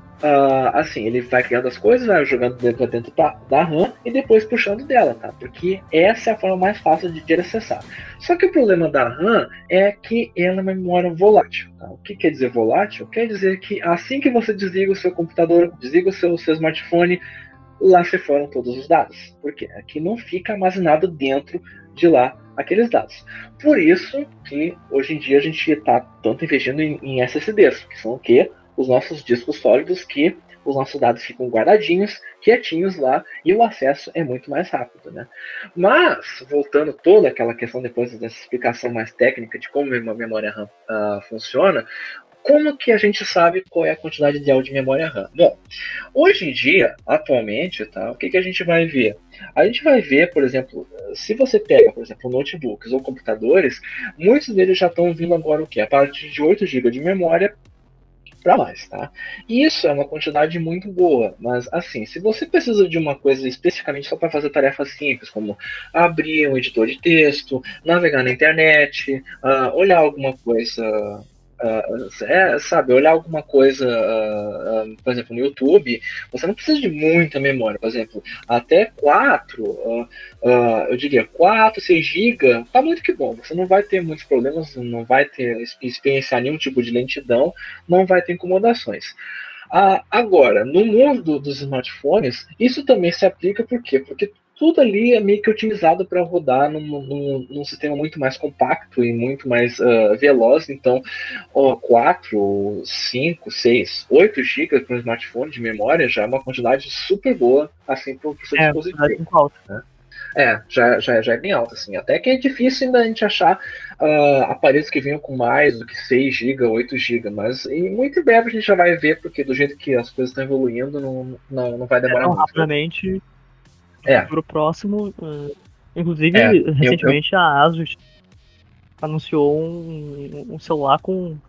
Uh, assim, ele vai criando as coisas, vai jogando dentro, dentro da, da RAM e depois puxando dela, tá? Porque essa é a forma mais fácil de, de acessar. Só que o problema da RAM é que ela é uma memória volátil, tá? O que quer dizer volátil? Quer dizer que assim que você desliga o seu computador, desliga o seu, seu smartphone, lá se foram todos os dados. Por quê? Aqui não fica armazenado dentro de lá aqueles dados. Por isso que hoje em dia a gente está tanto investindo em, em S S Ds, que são o quê? Os nossos discos sólidos, que os nossos dados ficam guardadinhos, quietinhos lá, e o acesso é muito mais rápido, né? Mas, voltando toda aquela questão depois dessa explicação mais técnica de como a memória RAM uh, funciona, como que a gente sabe qual é a quantidade ideal de memória RAM? Bom, hoje em dia, atualmente, tá, o que, que a gente vai ver? A gente vai ver, por exemplo, se você pega, por exemplo, notebooks ou computadores, muitos deles já estão vindo agora o quê? A partir de oito gigas de memória para mais, tá? Isso é uma quantidade muito boa, mas assim, se você precisa de uma coisa especificamente só para fazer tarefas simples, como abrir um editor de texto, navegar na internet, uh, olhar alguma coisa, uh, é, sabe, olhar alguma coisa, uh, uh, por exemplo, no YouTube, você não precisa de muita memória, por exemplo, até quatro, uh, uh, eu diria quatro, seis gigas, tá muito que bom, você não vai ter muitos problemas, não vai ter experienciar nenhum tipo de lentidão, não vai ter incomodações. Ah, agora, no mundo dos smartphones, isso também se aplica por quê? Porque tudo ali é meio que otimizado para rodar num, num, num sistema muito mais compacto e muito mais uh, veloz. Então, ó, quatro, cinco, seis, oito gigas para um smartphone de memória já é uma quantidade super boa assim, para o seu É, dispositivo. muito alto. Né? É, já, já, já é bem alto, assim. Até que é difícil ainda a gente achar uh, aparelhos que venham com mais do que seis gigas, oito gigas, mas e muito em breve a gente já vai ver, porque do jeito que as coisas estão evoluindo, não, não, não vai demorar é, muito. rapidamente, no É. futuro próximo, uh, inclusive, É, recentemente eu, eu... a Asus anunciou um, um celular com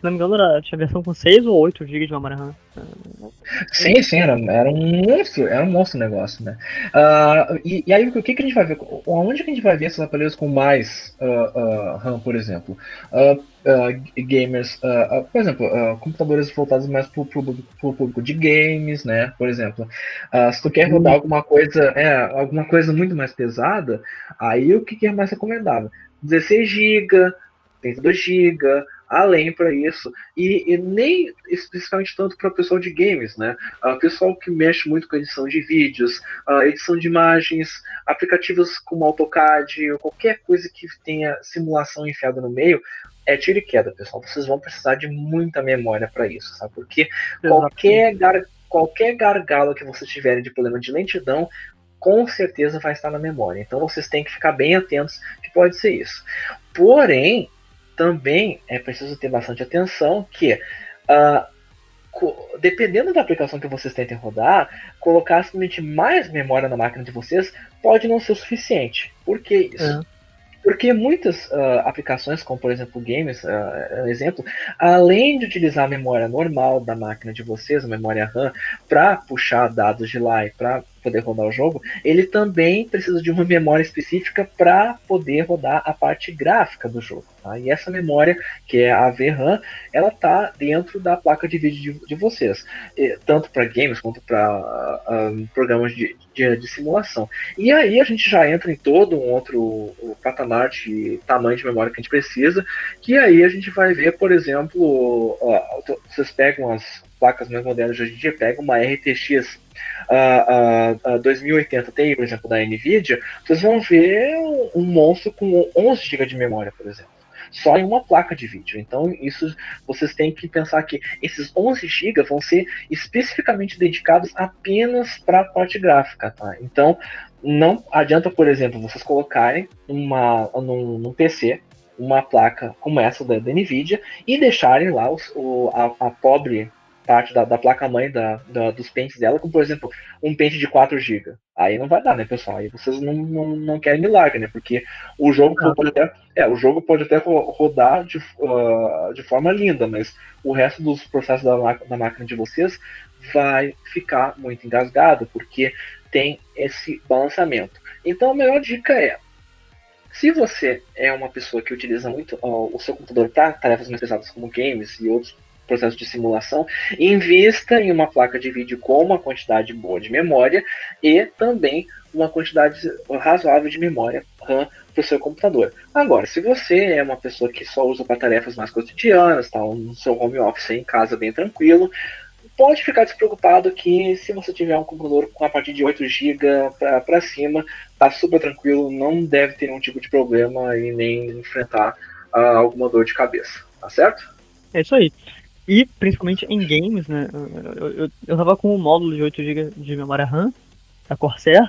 não me engano, era, tinha versão com seis ou oito gigas de memória RAM. Sim, sim, era, era um monstro, era um monstro o negócio, né? Uh, e, e aí o que, que a gente vai ver? Onde que a gente vai ver esses aparelhos com mais uh, uh, RAM, por exemplo? Uh, uh, gamers, uh, uh, por exemplo, uh, computadores voltados mais para o público de games, né? Por exemplo, uh, se tu quer rodar alguma coisa, é, alguma coisa muito mais pesada, aí o que, que é mais recomendável? dezesseis gigas, trinta e dois gigas, além para isso, e, e nem especificamente tanto para o pessoal de games, né? O pessoal que mexe muito com edição de vídeos, a edição de imagens, aplicativos como AutoCAD, ou qualquer coisa que tenha simulação enfiada no meio, é tiro e queda, pessoal. Vocês vão precisar de muita memória para isso, sabe? Porque qualquer, gar, qualquer gargalo que vocês tiverem de problema de lentidão, com certeza vai estar na memória. Então vocês têm que ficar bem atentos que pode ser isso. Porém, também é preciso ter bastante atenção que, uh, dependendo da aplicação que vocês tentem rodar, colocar simplesmente mais memória na máquina de vocês pode não ser o suficiente. Por que isso? É. Porque muitas uh, aplicações, como por exemplo games, uh, exemplo, além de utilizar a memória normal da máquina de vocês, a memória RAM, para puxar dados de lá e para poder rodar o jogo, ele também precisa de uma memória específica para poder rodar a parte gráfica do jogo. Tá? E essa memória, que é a V RAM, ela está dentro da placa de vídeo de, de vocês, e, tanto para games quanto para uh, um, programas de, de, de simulação. E aí a gente já entra em todo um outro patamar de tamanho de memória que a gente precisa, que aí a gente vai ver, por exemplo, uh, vocês pegam as placas mais modernas de hoje em dia, pegam uma R T X uh, uh, uh, dois mil e oitenta Ti, por exemplo, da Nvidia, vocês vão ver um monstro com onze gigas de memória, por exemplo, só em uma placa de vídeo. Então isso, vocês têm que pensar que esses onze gigas vão ser especificamente dedicados apenas para a parte gráfica, tá? Então não adianta, por exemplo, vocês colocarem uma, num, num P C uma placa como essa da, da Nvidia e deixarem lá os, o, a, a pobre parte da, da placa-mãe da, da, dos pentes dela, como por exemplo, um pente de quatro gigas. Aí não vai dar, né, pessoal? Aí vocês não, não, não querem milagre, né? Porque o jogo não. pode até, é, o jogo pode até rodar de, uh, de forma linda, mas o resto dos processos da, da máquina de vocês vai ficar muito engasgado, porque tem esse balanceamento. Então a melhor dica é, se você é uma pessoa que utiliza muito uh, o seu computador para tarefas mais pesadas como games e outros processos de simulação, invista em uma placa de vídeo com uma quantidade boa de memória e também uma quantidade razoável de memória RAM para o seu computador. Agora, se você é uma pessoa que só usa para tarefas mais cotidianas, tá, no seu home office em casa bem tranquilo, pode ficar despreocupado que se você tiver um computador com a partir de oito gigas para cima, tá super tranquilo, não deve ter nenhum tipo de problema e nem enfrentar uh, alguma dor de cabeça, tá certo? É isso aí. E principalmente em games, né? Eu, eu, eu tava com um módulo de oito gigas de memória RAM da Corsair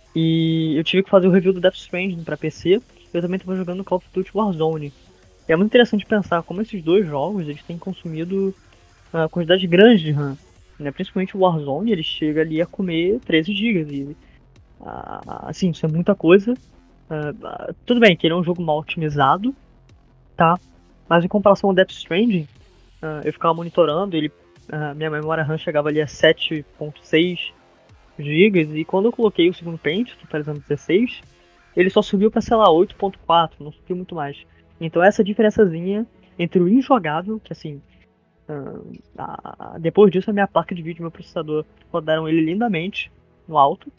e eu tive que fazer o review do Death Stranding para P C. Eu também tava jogando Call of Duty Warzone. E é muito interessante pensar como esses dois jogos eles têm consumido uma quantidade grande de RAM, né? Principalmente o Warzone, ele chega ali a comer treze gigas e assim, isso é muita coisa. Uh, tudo bem que ele é um jogo mal otimizado, tá? Mas em comparação ao Death Stranding, uh, eu ficava monitorando, ele, uh, minha memória RAM chegava ali a sete ponto seis gigas e quando eu coloquei o segundo pente, totalizando dezesseis, ele só subiu para, sei lá, oito ponto quatro, não subiu muito mais. Então essa diferençazinha entre o injogável, que assim, uh, uh, depois disso a minha placa de vídeo e meu processador rodaram ele lindamente no alto.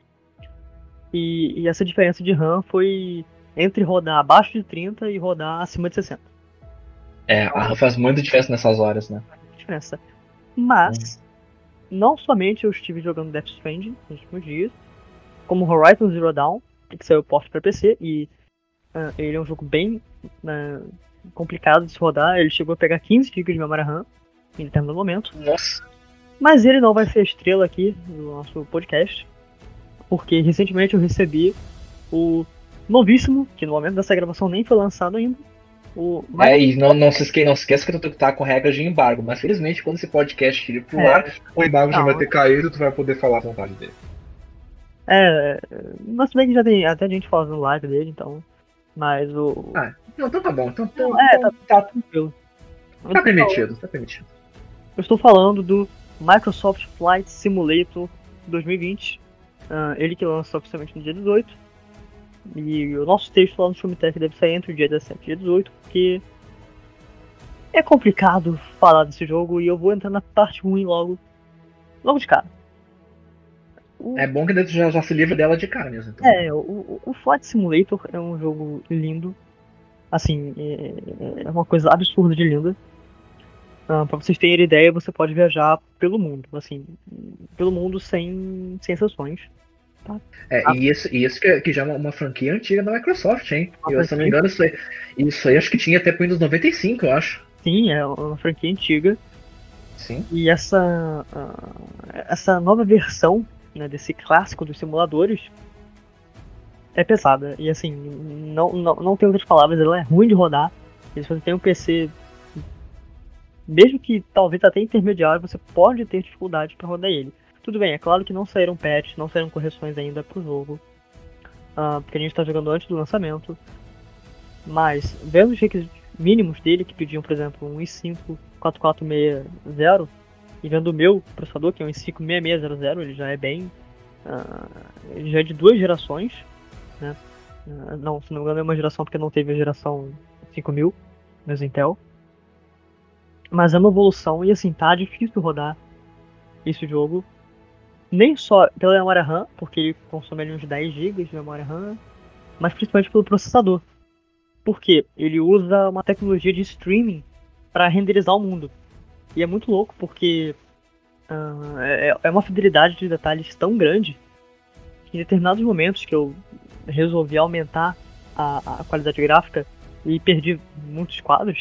E, e essa diferença de RAM foi entre rodar abaixo de trinta e rodar acima de sessenta. É, a RAM faz muita diferença nessas horas, né? Diferença. Mas, hum. não somente eu estive jogando Death Stranding nos últimos dias, como Horizon Zero Dawn, que saiu porte para P C, e uh, ele é um jogo bem uh, complicado de se rodar. Ele chegou a pegar quinze gigas de memória RAM em determinado momento. Nossa. Mas ele não vai ser a estrela aqui do nosso podcast, porque recentemente eu recebi o novíssimo, que no momento dessa gravação nem foi lançado ainda. O... É, e não, não, se esque... não se esqueça que tu tá com regras de embargo, mas felizmente quando esse podcast ir pro é. ar, o embargo não, já vai ter caído e tu vai poder falar à vontade dele. É, mas bem que já tem até gente fazendo live dele, então. Mas o. Ah, não, então tá bom, então, então, não, é, então tá, tá tranquilo. Eu Tá estou permitido, falando, tá permitido. eu estou falando do Microsoft Flight Simulator dois mil e vinte. Uh, ele que lança oficialmente no dia dezoito. E o nosso texto lá no Filmetech deve sair entre o dia dezessete e o dia dezoito, porque é complicado falar desse jogo e eu vou entrar na parte ruim logo, logo de cara. O, É bom que dentro já, já se livra dela de cara mesmo. Então. é, o, o, o Flight Simulator é um jogo lindo. Assim, é, é uma coisa absurda de linda. Uh, pra vocês terem ideia, você pode viajar pelo mundo, assim, pelo mundo sem, sem exceções. Tá? É, Ah, e isso, e isso que, que já é uma, uma franquia antiga da Microsoft, hein? uma Eu, se não me franquia, engano, isso aí, isso aí acho que tinha até pro Windows noventa e cinco, eu acho. sim, é uma franquia antiga. Sim. E essa, uh, essa nova versão, né, desse clássico dos simuladores é pesada. E assim, não, não, não tem outras palavras, ela é ruim de rodar. E se você tem um P C, mesmo que talvez até intermediário, você pode ter dificuldade para rodar ele. Tudo bem, é claro que não saíram patches, não saíram correções ainda pro jogo, uh, porque a gente está jogando antes do lançamento. Mas, vendo os requisitos mínimos dele, que pediam, por exemplo, um i cinco quatro quatro seis zero, e vendo o meu processador, que é um i cinco seis seis zero zero, ele já é bem... Uh, ele já é de duas gerações, né? Uh, não, se não me engano é uma geração porque não teve a geração cinco mil, mas Intel. Mas é uma evolução e assim, tá difícil rodar esse jogo. Nem só pela memória RAM, porque ele consome ali uns dez gigas de memória RAM, mas principalmente pelo processador. Porque ele usa uma tecnologia de streaming para renderizar o mundo. E é muito louco porque uh, é, é uma fidelidade de detalhes tão grande que em determinados momentos que eu resolvi aumentar a, a qualidade gráfica e perdi muitos quadros.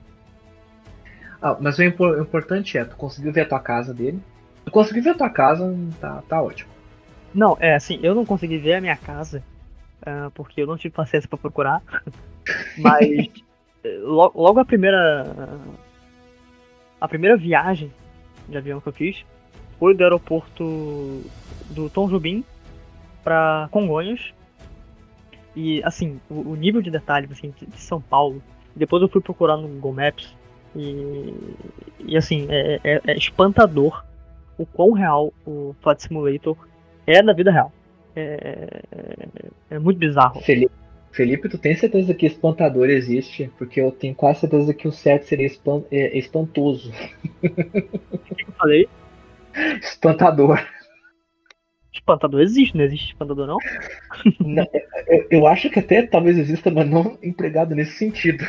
Ah, mas o impor- o importante é, tu conseguiu ver a tua casa dele. Tu conseguiu ver a tua casa, tá, tá ótimo. Não, é assim, eu não consegui ver a minha casa uh, porque eu não tive paciência para procurar. Mas logo, logo a primeira a primeira viagem de avião que eu fiz foi do aeroporto do Tom Jobim para Congonhas. E assim, o, o nível de detalhes assim, de, de São Paulo. Depois eu fui procurar no Google Maps e, e assim, é, é, é espantador o quão real o Flight Simulator é da vida real. É, é, é muito bizarro. Felipe, Felipe, tu tem certeza que espantador existe? Porque eu tenho quase certeza que o certo seria espan- é, espantoso. O que eu falei? Espantador. Espantador existe, não existe espantador não? Não, eu, eu acho que até talvez exista, mas não empregado nesse sentido.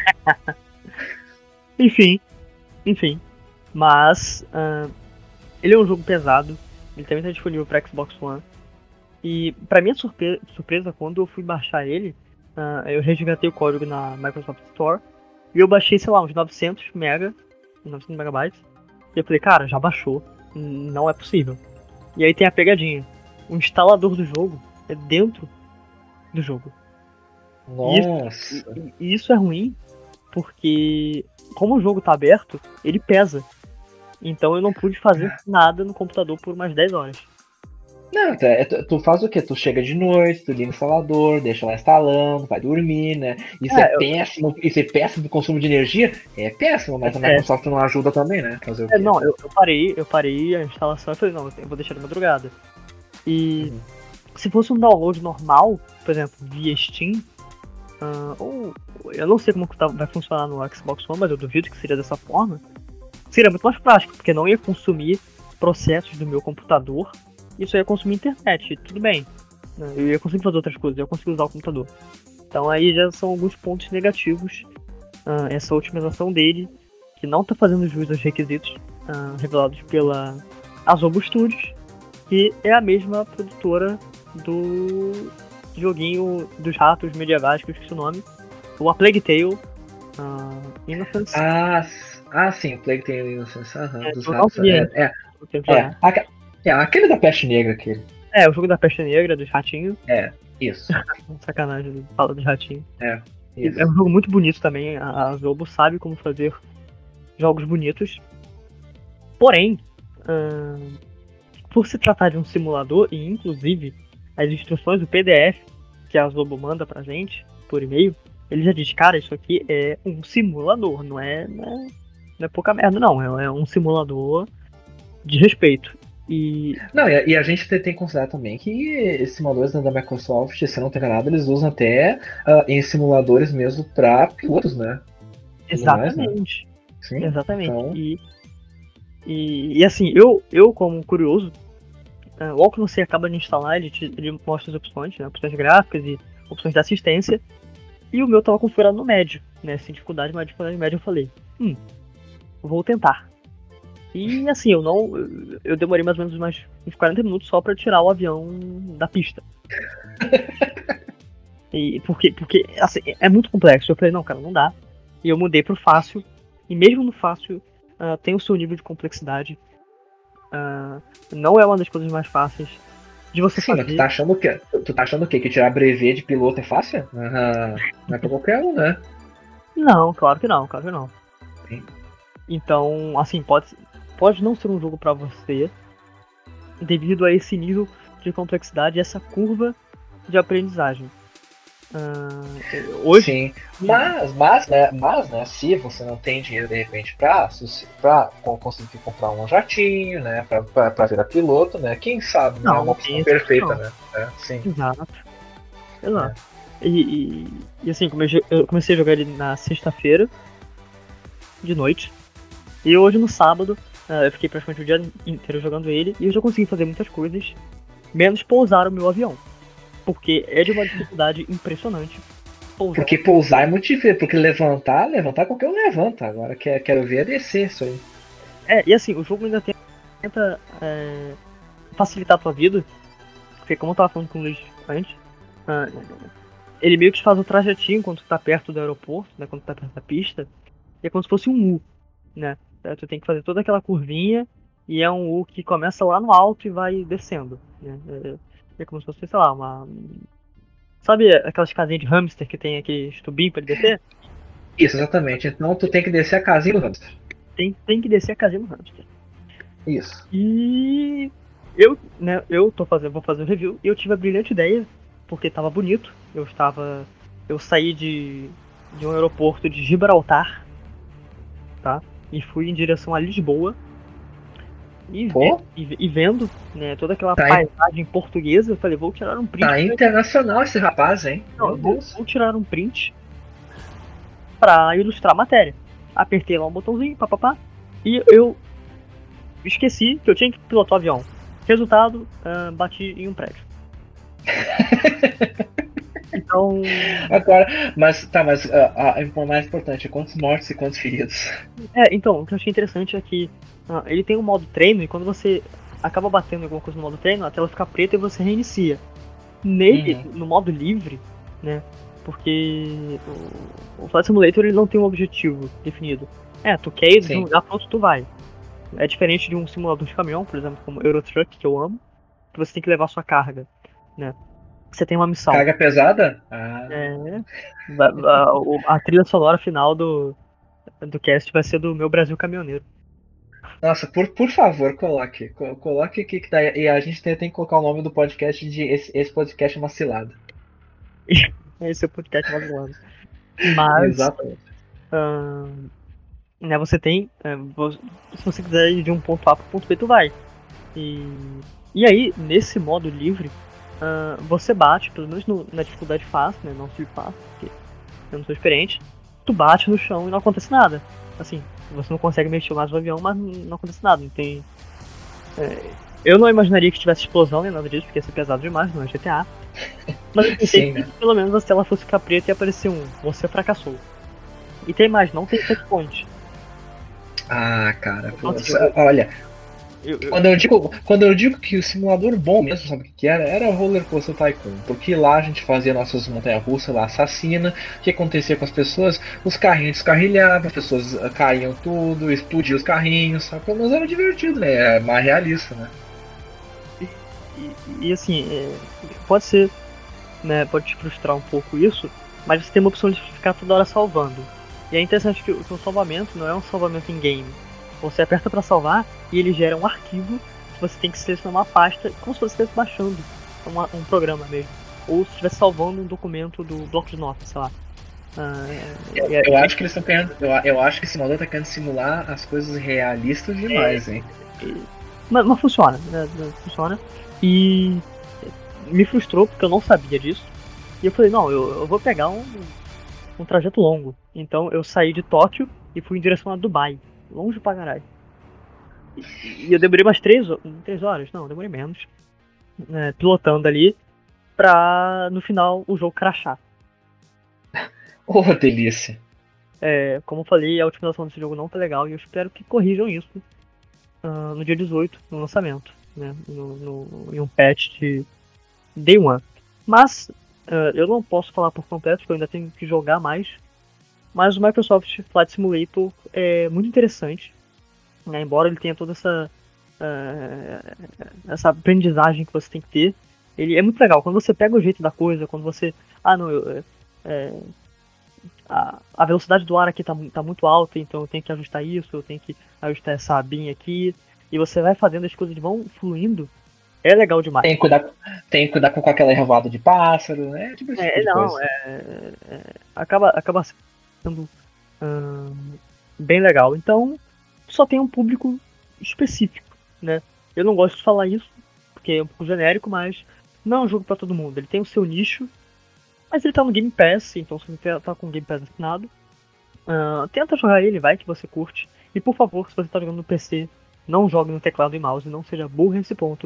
Enfim, enfim. Mas uh, ele é um jogo pesado. Ele também está disponível para Xbox One. E para minha surpre- surpresa, quando eu fui baixar ele, uh, eu resgatei o código na Microsoft Store e eu baixei, sei lá, uns novecentos mega, novecentos megabytes. E eu falei, cara, já baixou, não é possível. E aí tem a pegadinha: o instalador do jogo é dentro do jogo. Nossa. E, e, e isso é ruim porque, como o jogo tá aberto, ele pesa. Então eu não pude fazer nada no computador por umas dez horas. Não, tu, é- tu- tu faz o quê? Tu chega de noite, tu liga o instalador, deixa lá instalando, vai dormir, né? Isso é, É, eu- péssimo, isso é péssimo do consumo de energia? É péssimo, mas É a Microsoft não ajuda também, né? Fazer o quê? É, não, eu, eu parei, eu parei a instalação e falei, não, eu vou deixar de madrugada. E Uhum. se fosse um download normal, por exemplo, via Steam, ah, ou eu não sei como que tá- vai funcionar no Xbox One, mas eu duvido que seria dessa forma, seria muito mais prático, porque não ia consumir processos do meu computador, isso ia consumir internet, tudo bem. Né? Eu ia conseguir fazer outras coisas, eu ia conseguir usar o computador. Então aí já são alguns pontos negativos, ah, essa otimização dele, que não está fazendo jus aos requisitos ah, revelados pela Asobo Studios, que é a mesma produtora do joguinho dos ratos medievais, que eu esqueci o nome, o A Plague Tale, uh, Innocence. Ah, s- ah, sim, Plague Tale Innocence, aham, É, dos eu não ratos. vi É, ainda, é, eu tenho que é, jogar. aque- é, aquele da peste negra, aquele. É, o jogo da peste negra, dos ratinhos. É, isso. Sacanagem, fala dos ratinhos. É, E isso. é um jogo muito bonito também, a Asobo sabe como fazer jogos bonitos. Porém, ahn, por se tratar de um simulador, e inclusive as instruções do P D F que a Asobo manda pra gente por e-mail, ele já diz, cara, isso aqui é um simulador, não é, não é, não é pouca merda, não. É, é um simulador de respeito. E... Não, e a, e a gente tem, tem que considerar também que esses simuladores da Microsoft, se eu não estou enganado, eles usam até uh, em simuladores mesmo para pilotos, né? Exatamente. Mais, né? Sim, exatamente. Então... E, e, e assim, eu, eu como curioso, uh, logo que você acaba de instalar, ele, te, ele mostra as opções, né? Opções gráficas e opções de assistência. E o meu tava configurado no médio, né? Sem dificuldade, mas dificuldade média eu falei, hum, vou tentar. E assim, eu não. Eu demorei mais ou menos mais uns quarenta minutos só pra tirar o avião da pista. E porque, porque assim, é muito complexo. Eu falei, não, cara, não dá. E eu mudei pro fácil. E mesmo no fácil, uh, tem o seu nível de complexidade. Uh, não é uma das coisas mais fáceis de você Sim, fazer. mas tu tá achando o quê? Tu tá achando o quê? Que tirar brevet de piloto é fácil? Ah, não é pra qualquer um, né? Não, claro que não, claro que não. Sim. Então, assim, pode, pode não ser um jogo pra você devido a esse nível de complexidade e essa curva de aprendizagem. Uh, hoje... Sim, mas, mas, né, mas, né, se você não tem dinheiro de repente pra, pra conseguir comprar um jatinho, né, pra, pra, pra virar piloto, né, quem sabe, não, né, é uma opção perfeita, não. né? É, sim. Exato. Exato. É. E, e, e assim, eu comecei a jogar ele na sexta-feira, de noite, e hoje no sábado, uh, eu fiquei praticamente o dia inteiro jogando ele, e eu já consegui fazer muitas coisas, menos pousar o meu avião. Porque é de uma dificuldade impressionante. Pousar. Porque pousar é muito difícil, porque levantar, levantar qualquer um levanta. Agora quer, quero ver é descer isso aí. É, e assim, o jogo ainda tenta é, facilitar a tua vida. Porque como eu tava falando com o Luiz antes, uh, ele meio que te faz o trajetinho quando tu tá perto do aeroporto, né? Quando tu tá perto da pista. E é como se fosse um U, né? Tu tem que fazer toda aquela curvinha e é um U que começa lá no alto e vai descendo, né? É, É como se fosse, sei lá, uma... Sabe aquelas casinhas de hamster que tem aquele tubinho pra ele descer? Isso, exatamente. Então tu tem que descer a casinha do hamster. Tem, tem que descer a casinha do hamster. Isso. E... Eu, né, eu tô fazendo, vou fazer o um review e eu tive a brilhante ideia, porque tava bonito. Eu estava... Eu saí de, de um aeroporto de Gibraltar, tá? E fui em direção a Lisboa. E, ve e, e vendo, né, toda aquela tá paisagem in... portuguesa, eu falei, vou tirar um print. Tá internacional esse rapaz, hein? Não, vou, vou tirar um print pra ilustrar a matéria. Apertei lá um botãozinho, papapá, e eu esqueci que eu tinha que pilotar o avião. Resultado, uh, bati em um prédio. Então... Agora, mas tá, mas uh, uh, o mais importante é quantos mortos e quantos feridos? É, então, o que eu achei interessante é que uh, ele tem um modo treino e quando você acaba batendo em alguma coisa no modo treino, a tela fica preta e você reinicia. Nele, uhum. no modo livre, né, porque o, o Flight Simulator ele não tem um objetivo definido. É, tu quer ir de um lugar pra outro, tu vai. É diferente de um simulador de caminhão, por exemplo, como Euro Truck, que eu amo, que você tem que levar sua carga, né. Você tem uma missão. Carga pesada? Ah. É. A, a, a trilha sonora final do, do cast vai ser do Meu Brasil Caminhoneiro. Nossa, por, por favor, coloque. Coloque aqui que daí, e a gente tem, tem que colocar o nome do podcast de esse, esse podcast é uma cilada. Esse é o podcast uma cilada. Mas. Exatamente. Uh, né, você tem. Uh, se você quiser ir de um ponto A para o ponto B, tu vai. E, e aí, nesse modo livre. Uh, você bate, pelo menos no, na dificuldade fácil, né? Não se fácil, porque eu não sou experiente. Tu bate no chão e não acontece nada. Assim, você não consegue mexer mais o avião, mas não acontece nada. Não tem. É, eu não imaginaria que tivesse explosão nem nada disso, porque ia ser pesado demais, não é G T A. Mas eu pensei Sim, que né? pelo menos a tela fosse ficar preta e aparecer um. Você fracassou. E tem mais, não tem checkpoint. Ah, cara, pô, olha. Eu, eu... Quando, eu digo, quando eu digo que o simulador bom mesmo, sabe o que, que era? Era o Roller Coaster Tycoon. Porque lá a gente fazia nossas montanhas-russas lá, assassina. O que acontecia com as pessoas? Os carrinhos descarrilhavam, as pessoas caíam tudo, explodiam os carrinhos, sabe? Pelo menos era divertido, né? É mais realista, né? E, e, e assim, é, pode ser, né? Pode te frustrar um pouco isso, mas você tem uma opção de ficar toda hora salvando. E é interessante que o, que o salvamento não é um salvamento em game. Você aperta para salvar e ele gera um arquivo que você tem que selecionar uma pasta, como se você estivesse baixando uma, um programa mesmo. Ou se estivesse salvando um documento do bloco de notas, sei lá. Uh, eu, eu acho que eles estão querendo. Eu, eu acho que esse modo tá querendo simular as coisas realistas demais, é, hein? Mas, mas funciona, né? Funciona. E me frustrou porque eu não sabia disso. E eu falei, não, eu, eu vou pegar um, um trajeto longo. Então eu saí de Tóquio e fui em direção a Dubai. Longe pra caralho. E, e eu demorei umas três, três horas, não, demorei menos. Né, pilotando ali pra no final o jogo crashar. Oh, delícia. É, como eu falei, a otimização desse jogo não tá legal e eu espero que corrijam isso uh, no dia dezoito, no lançamento, né, no, no, em um patch de Day One. Mas uh, eu não posso falar por completo, porque eu ainda tenho que jogar mais. Mas o Microsoft Flight Simulator é muito interessante, né, embora ele tenha toda essa, uh, essa aprendizagem que você tem que ter. Ele é muito legal, quando você pega o jeito da coisa, quando você... Ah, não, eu... É, A, a velocidade do ar aqui tá, tá muito alta, então eu tenho que ajustar isso, eu tenho que ajustar essa abinha aqui. E você vai fazendo, as coisas vão fluindo. É legal demais. Tem que cuidar, tem que cuidar com aquela revoada de pássaro, né? Tipo esse é, tipo de não, coisa. É, é, acaba, acaba sendo hum, bem legal. Então, só tem um público específico, né? Eu não gosto de falar isso, porque é um pouco genérico, mas não é um jogo pra todo mundo. Ele tem o seu nicho. Mas ele tá no Game Pass, então se você tá com o Game Pass assinado, uh, tenta jogar ele, vai que você curte. E por favor, se você tá jogando no P C, não jogue no teclado e mouse, não seja burro nesse ponto.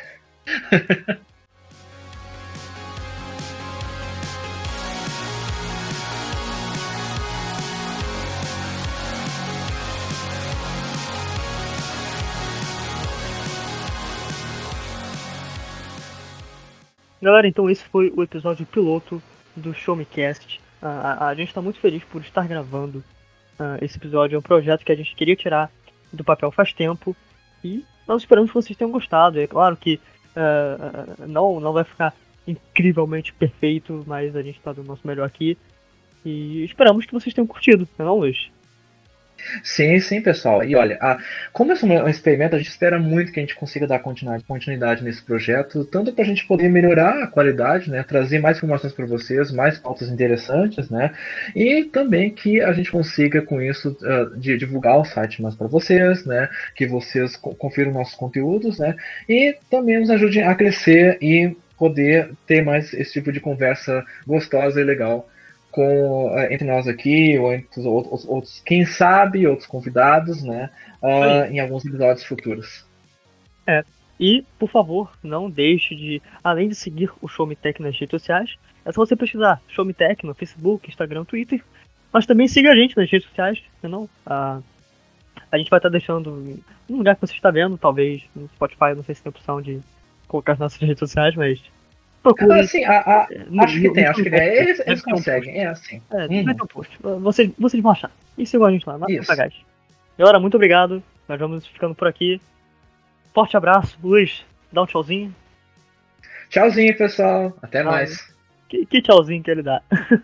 Galera, então esse foi o episódio piloto do Show Me Cast. Uh, a, a gente está muito feliz por estar gravando uh, esse episódio. É um projeto que a gente queria tirar do papel faz tempo. E nós esperamos que vocês tenham gostado. É claro que uh, não, não vai ficar incrivelmente perfeito, mas a gente está dando o nosso melhor aqui. E esperamos que vocês tenham curtido, não é não, Luiz? Sim, sim, pessoal. E olha, a, como esse é um experimento, a gente espera muito que a gente consiga dar continuidade nesse projeto, tanto para a gente poder melhorar a qualidade, né, trazer mais informações para vocês, mais pautas interessantes, né, e também que a gente consiga com isso uh, de, divulgar o site mais para vocês, né, que vocês confiram nossos conteúdos, né, e também nos ajudem a crescer e poder ter mais esse tipo de conversa gostosa e legal com, entre nós aqui, ou entre os outros, outros, quem sabe, outros convidados, né, uh, em alguns episódios futuros. É, e, por favor, não deixe de, além de seguir o Show Me Tech nas redes sociais, é só você pesquisar Show Me Tech no Facebook, Instagram, Twitter, mas também siga a gente nas redes sociais, não? Uh, a gente vai estar deixando no lugar que você está vendo, talvez no Spotify, não sei se tem opção de colocar nas nossas redes sociais, mas... Procure, ah, sim, a, a, no, acho que tem, acho que tem. Eles, eles conseguem, é assim. É, uhum. Vai ter um post. Vocês, vocês vão achar. E sigam a gente lá, nada pra gás. Galera, muito obrigado. Nós vamos ficando por aqui. Forte abraço. Luiz, dá um tchauzinho. Tchauzinho, pessoal. Até ah, mais. Que, que tchauzinho que ele dá.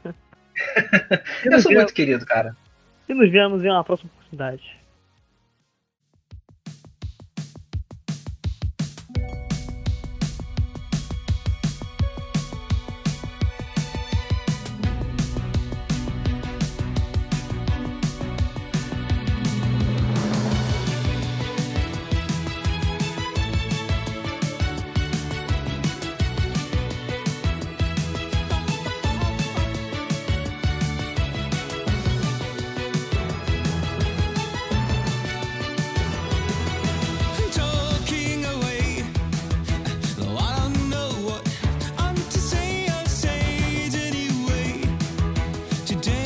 Eu sou muito querido, cara. E nos vemos em uma próxima oportunidade. Today